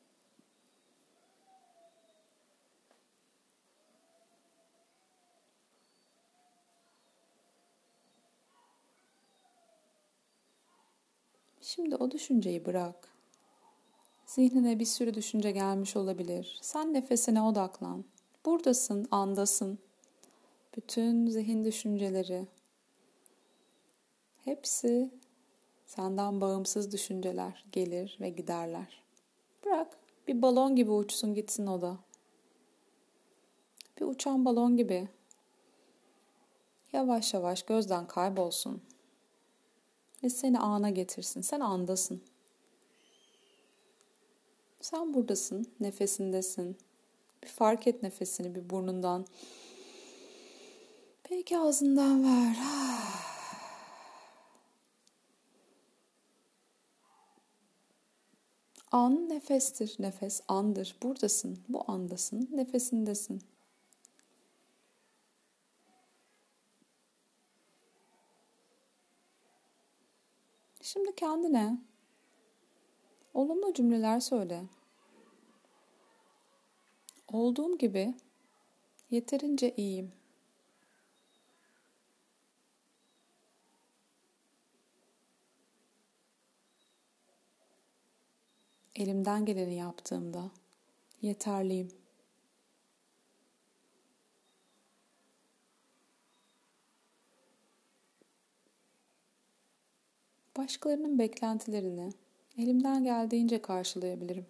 Şimdi o düşünceyi bırak. Zihnine bir sürü düşünce gelmiş olabilir. Sen nefesine odaklan. Buradasın, andasın. Bütün zihin düşünceleri, hepsi senden bağımsız düşünceler gelir ve giderler. Bırak, bir balon gibi uçsun gitsin o da. Bir uçan balon gibi yavaş yavaş gözden kaybolsun. Ve seni ana getirsin. Sen andasın. Sen buradasın, nefesindesin. Bir fark et nefesini, bir burnundan. Belki ağzından ver. An nefestir, nefes andır. Buradasın, bu andasın, nefesindesin. Şimdi kendine olumlu cümleler söyle. Olduğum gibi yeterince iyiyim. Elimden geleni yaptığımda yeterliyim. Başkalarının beklentilerini elimden geldiğince karşılayabilirim.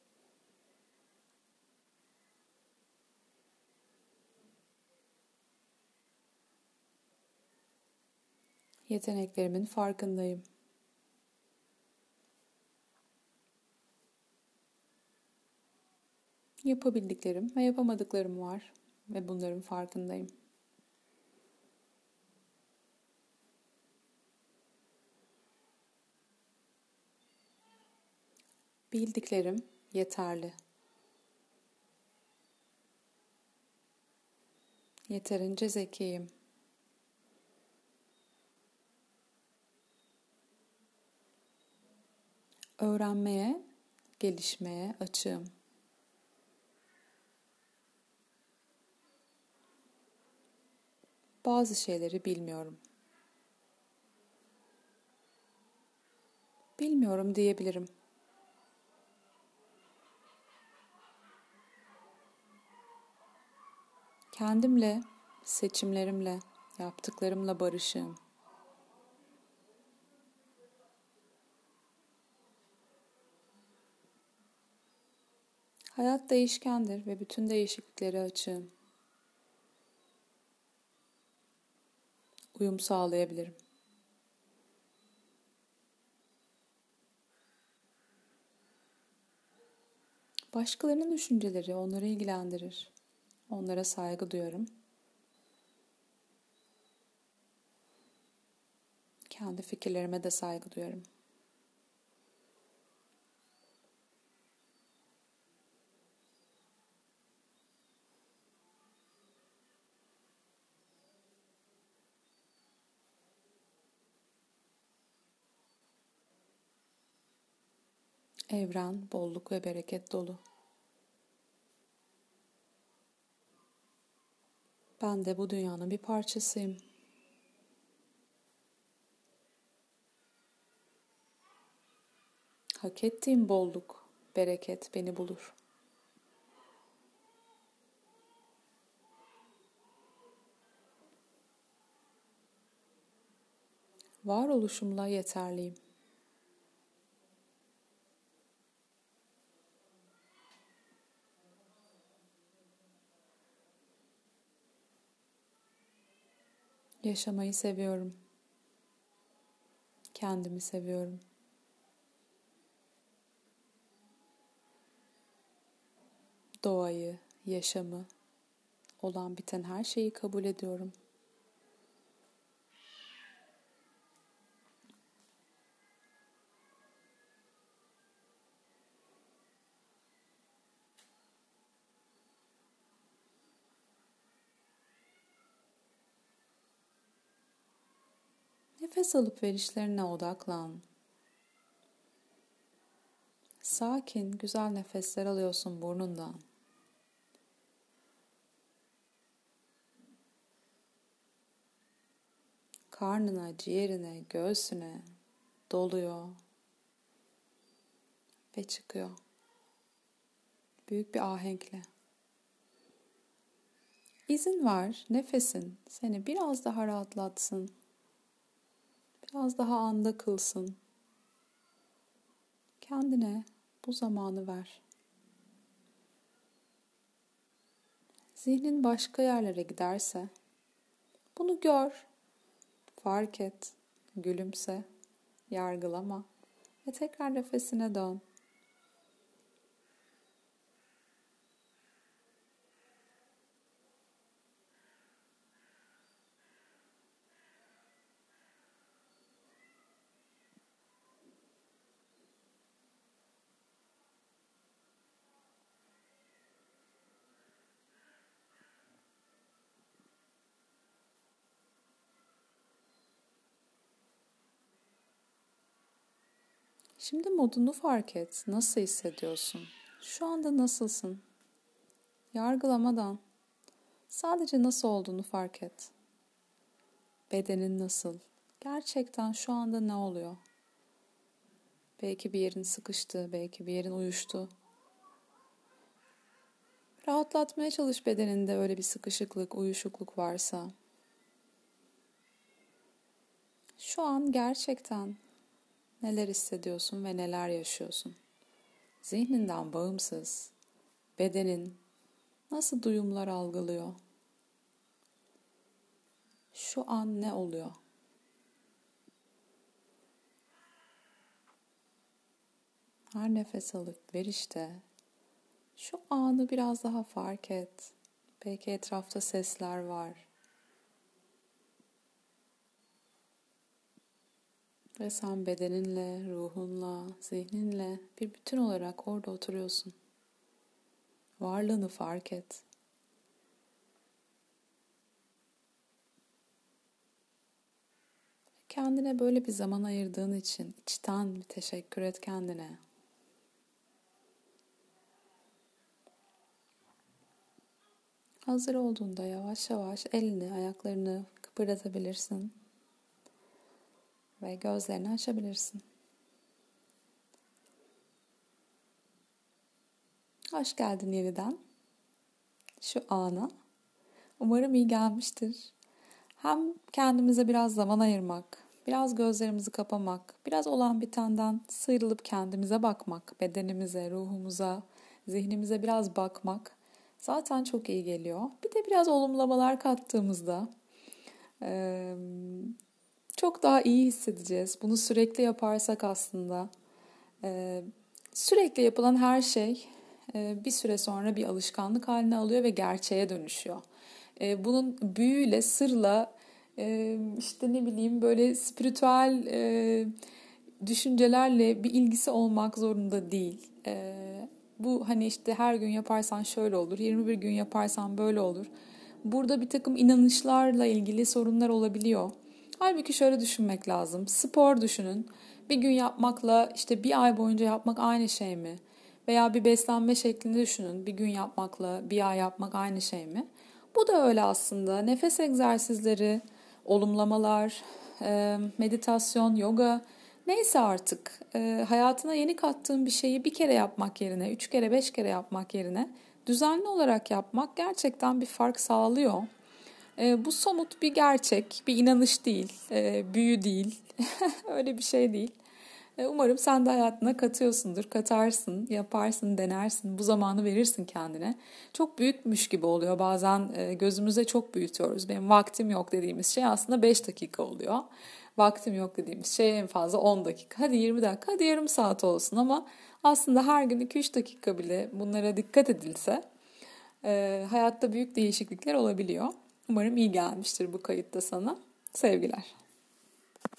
Yeteneklerimin farkındayım. Yapabildiklerim ve yapamadıklarım var ve bunların farkındayım. Bildiklerim yeterli. Yeterince zekiyim. Öğrenmeye, gelişmeye açığım. Bazı şeyleri bilmiyorum. Bilmiyorum diyebilirim. Kendimle, seçimlerimle, yaptıklarımla barışığım. Hayat değişkendir ve bütün değişikliklere açığım. Uyum sağlayabilirim. Başkalarının düşünceleri onları ilgilendirir. Onlara saygı duyarım. Kendi fikirlerime de saygı duyarım. Evren bolluk ve bereket dolu. Ben de bu dünyanın bir parçasıyım. Hak ettiğim bolluk, bereket beni bulur. Varoluşumla yeterliyim. Yaşamayı seviyorum. kendimi seviyorum. Doğayı, yaşamı, olan biten her şeyi kabul ediyorum. Nefes alıp verişlerine odaklan. Sakin, güzel nefesler alıyorsun burnundan. Karnına, ciğerine, göğsüne doluyor ve çıkıyor. Büyük bir ahenkle. İzin ver, nefesin seni biraz daha rahatlatsın. Biraz daha anda kılsın. Kendine bu zamanı ver. Zihnin başka yerlere giderse bunu gör, fark et, gülümse, yargılama ve tekrar nefesine dön. Şimdi modunu fark et. Nasıl hissediyorsun? Şu anda nasılsın? Yargılamadan sadece nasıl olduğunu fark et. Bedenin nasıl? Gerçekten şu anda ne oluyor? Belki bir yerin sıkıştı, belki bir yerin uyuştu. Rahatlatmaya çalış bedeninde öyle bir sıkışıklık, uyuşukluk varsa. Şu an gerçekten neler hissediyorsun ve neler yaşıyorsun? Zihninden bağımsız, bedenin nasıl duyumlar algılıyor? Şu an ne oluyor? Her nefes alıp verişte şu anı biraz daha fark et. Belki etrafta sesler var. Ve sen bedeninle, ruhunla, zihninle bir bütün olarak orada oturuyorsun. Varlığını fark et. Kendine böyle bir zaman ayırdığın için içten bir teşekkür et kendine. Hazır olduğunda yavaş yavaş elini, ayaklarını kıpırdatabilirsin. Ve gözlerini açabilirsin. Hoş geldin yeniden şu ana. Umarım iyi gelmiştir. Hem kendimize biraz zaman ayırmak, biraz gözlerimizi kapamak, biraz olan bitenden sıyrılıp kendimize bakmak, bedenimize, ruhumuza, zihnimize biraz bakmak zaten çok iyi geliyor. Bir de biraz olumlamalar kattığımızda çok daha iyi hissedeceğiz. Bunu sürekli yaparsak aslında sürekli yapılan her şey bir süre sonra bir alışkanlık haline alıyor ve gerçeğe dönüşüyor. Bunun büyüyle, sırla, işte ne bileyim böyle spiritüel düşüncelerle bir ilgisi olmak zorunda değil. Bu hani işte her gün yaparsan şöyle olur, 21 gün yaparsan böyle olur. Burada bir takım inanışlarla ilgili sorunlar olabiliyor. Halbuki şöyle düşünmek lazım. Spor düşünün. Bir gün yapmakla işte bir ay boyunca yapmak aynı şey mi? Veya bir beslenme şeklini düşünün. Bir gün yapmakla bir ay yapmak aynı şey mi? Bu da öyle aslında. Nefes egzersizleri, olumlamalar, meditasyon, yoga neyse artık hayatına yeni kattığın bir şeyi bir kere yapmak yerine, 3 kere, 5 kere yapmak yerine düzenli olarak yapmak gerçekten bir fark sağlıyor. Bu somut bir gerçek, bir inanış değil, büyü değil, öyle bir şey değil. Umarım sen de hayatına katıyorsundur, katarsın, yaparsın, denersin, bu zamanı verirsin kendine. Çok büyütmüş gibi oluyor bazen gözümüzde çok büyütüyoruz. Benim vaktim yok dediğimiz şey aslında 5 dakika oluyor. vaktim yok dediğimiz şey en fazla 10 dakika. Hadi 20 dakika, hadi yarım saat olsun ama aslında her gün 2-3 dakika bile bunlara dikkat edilse hayatta büyük değişiklikler olabiliyor. Umarım iyi gelmiştir bu kayıtta sana. Sevgiler.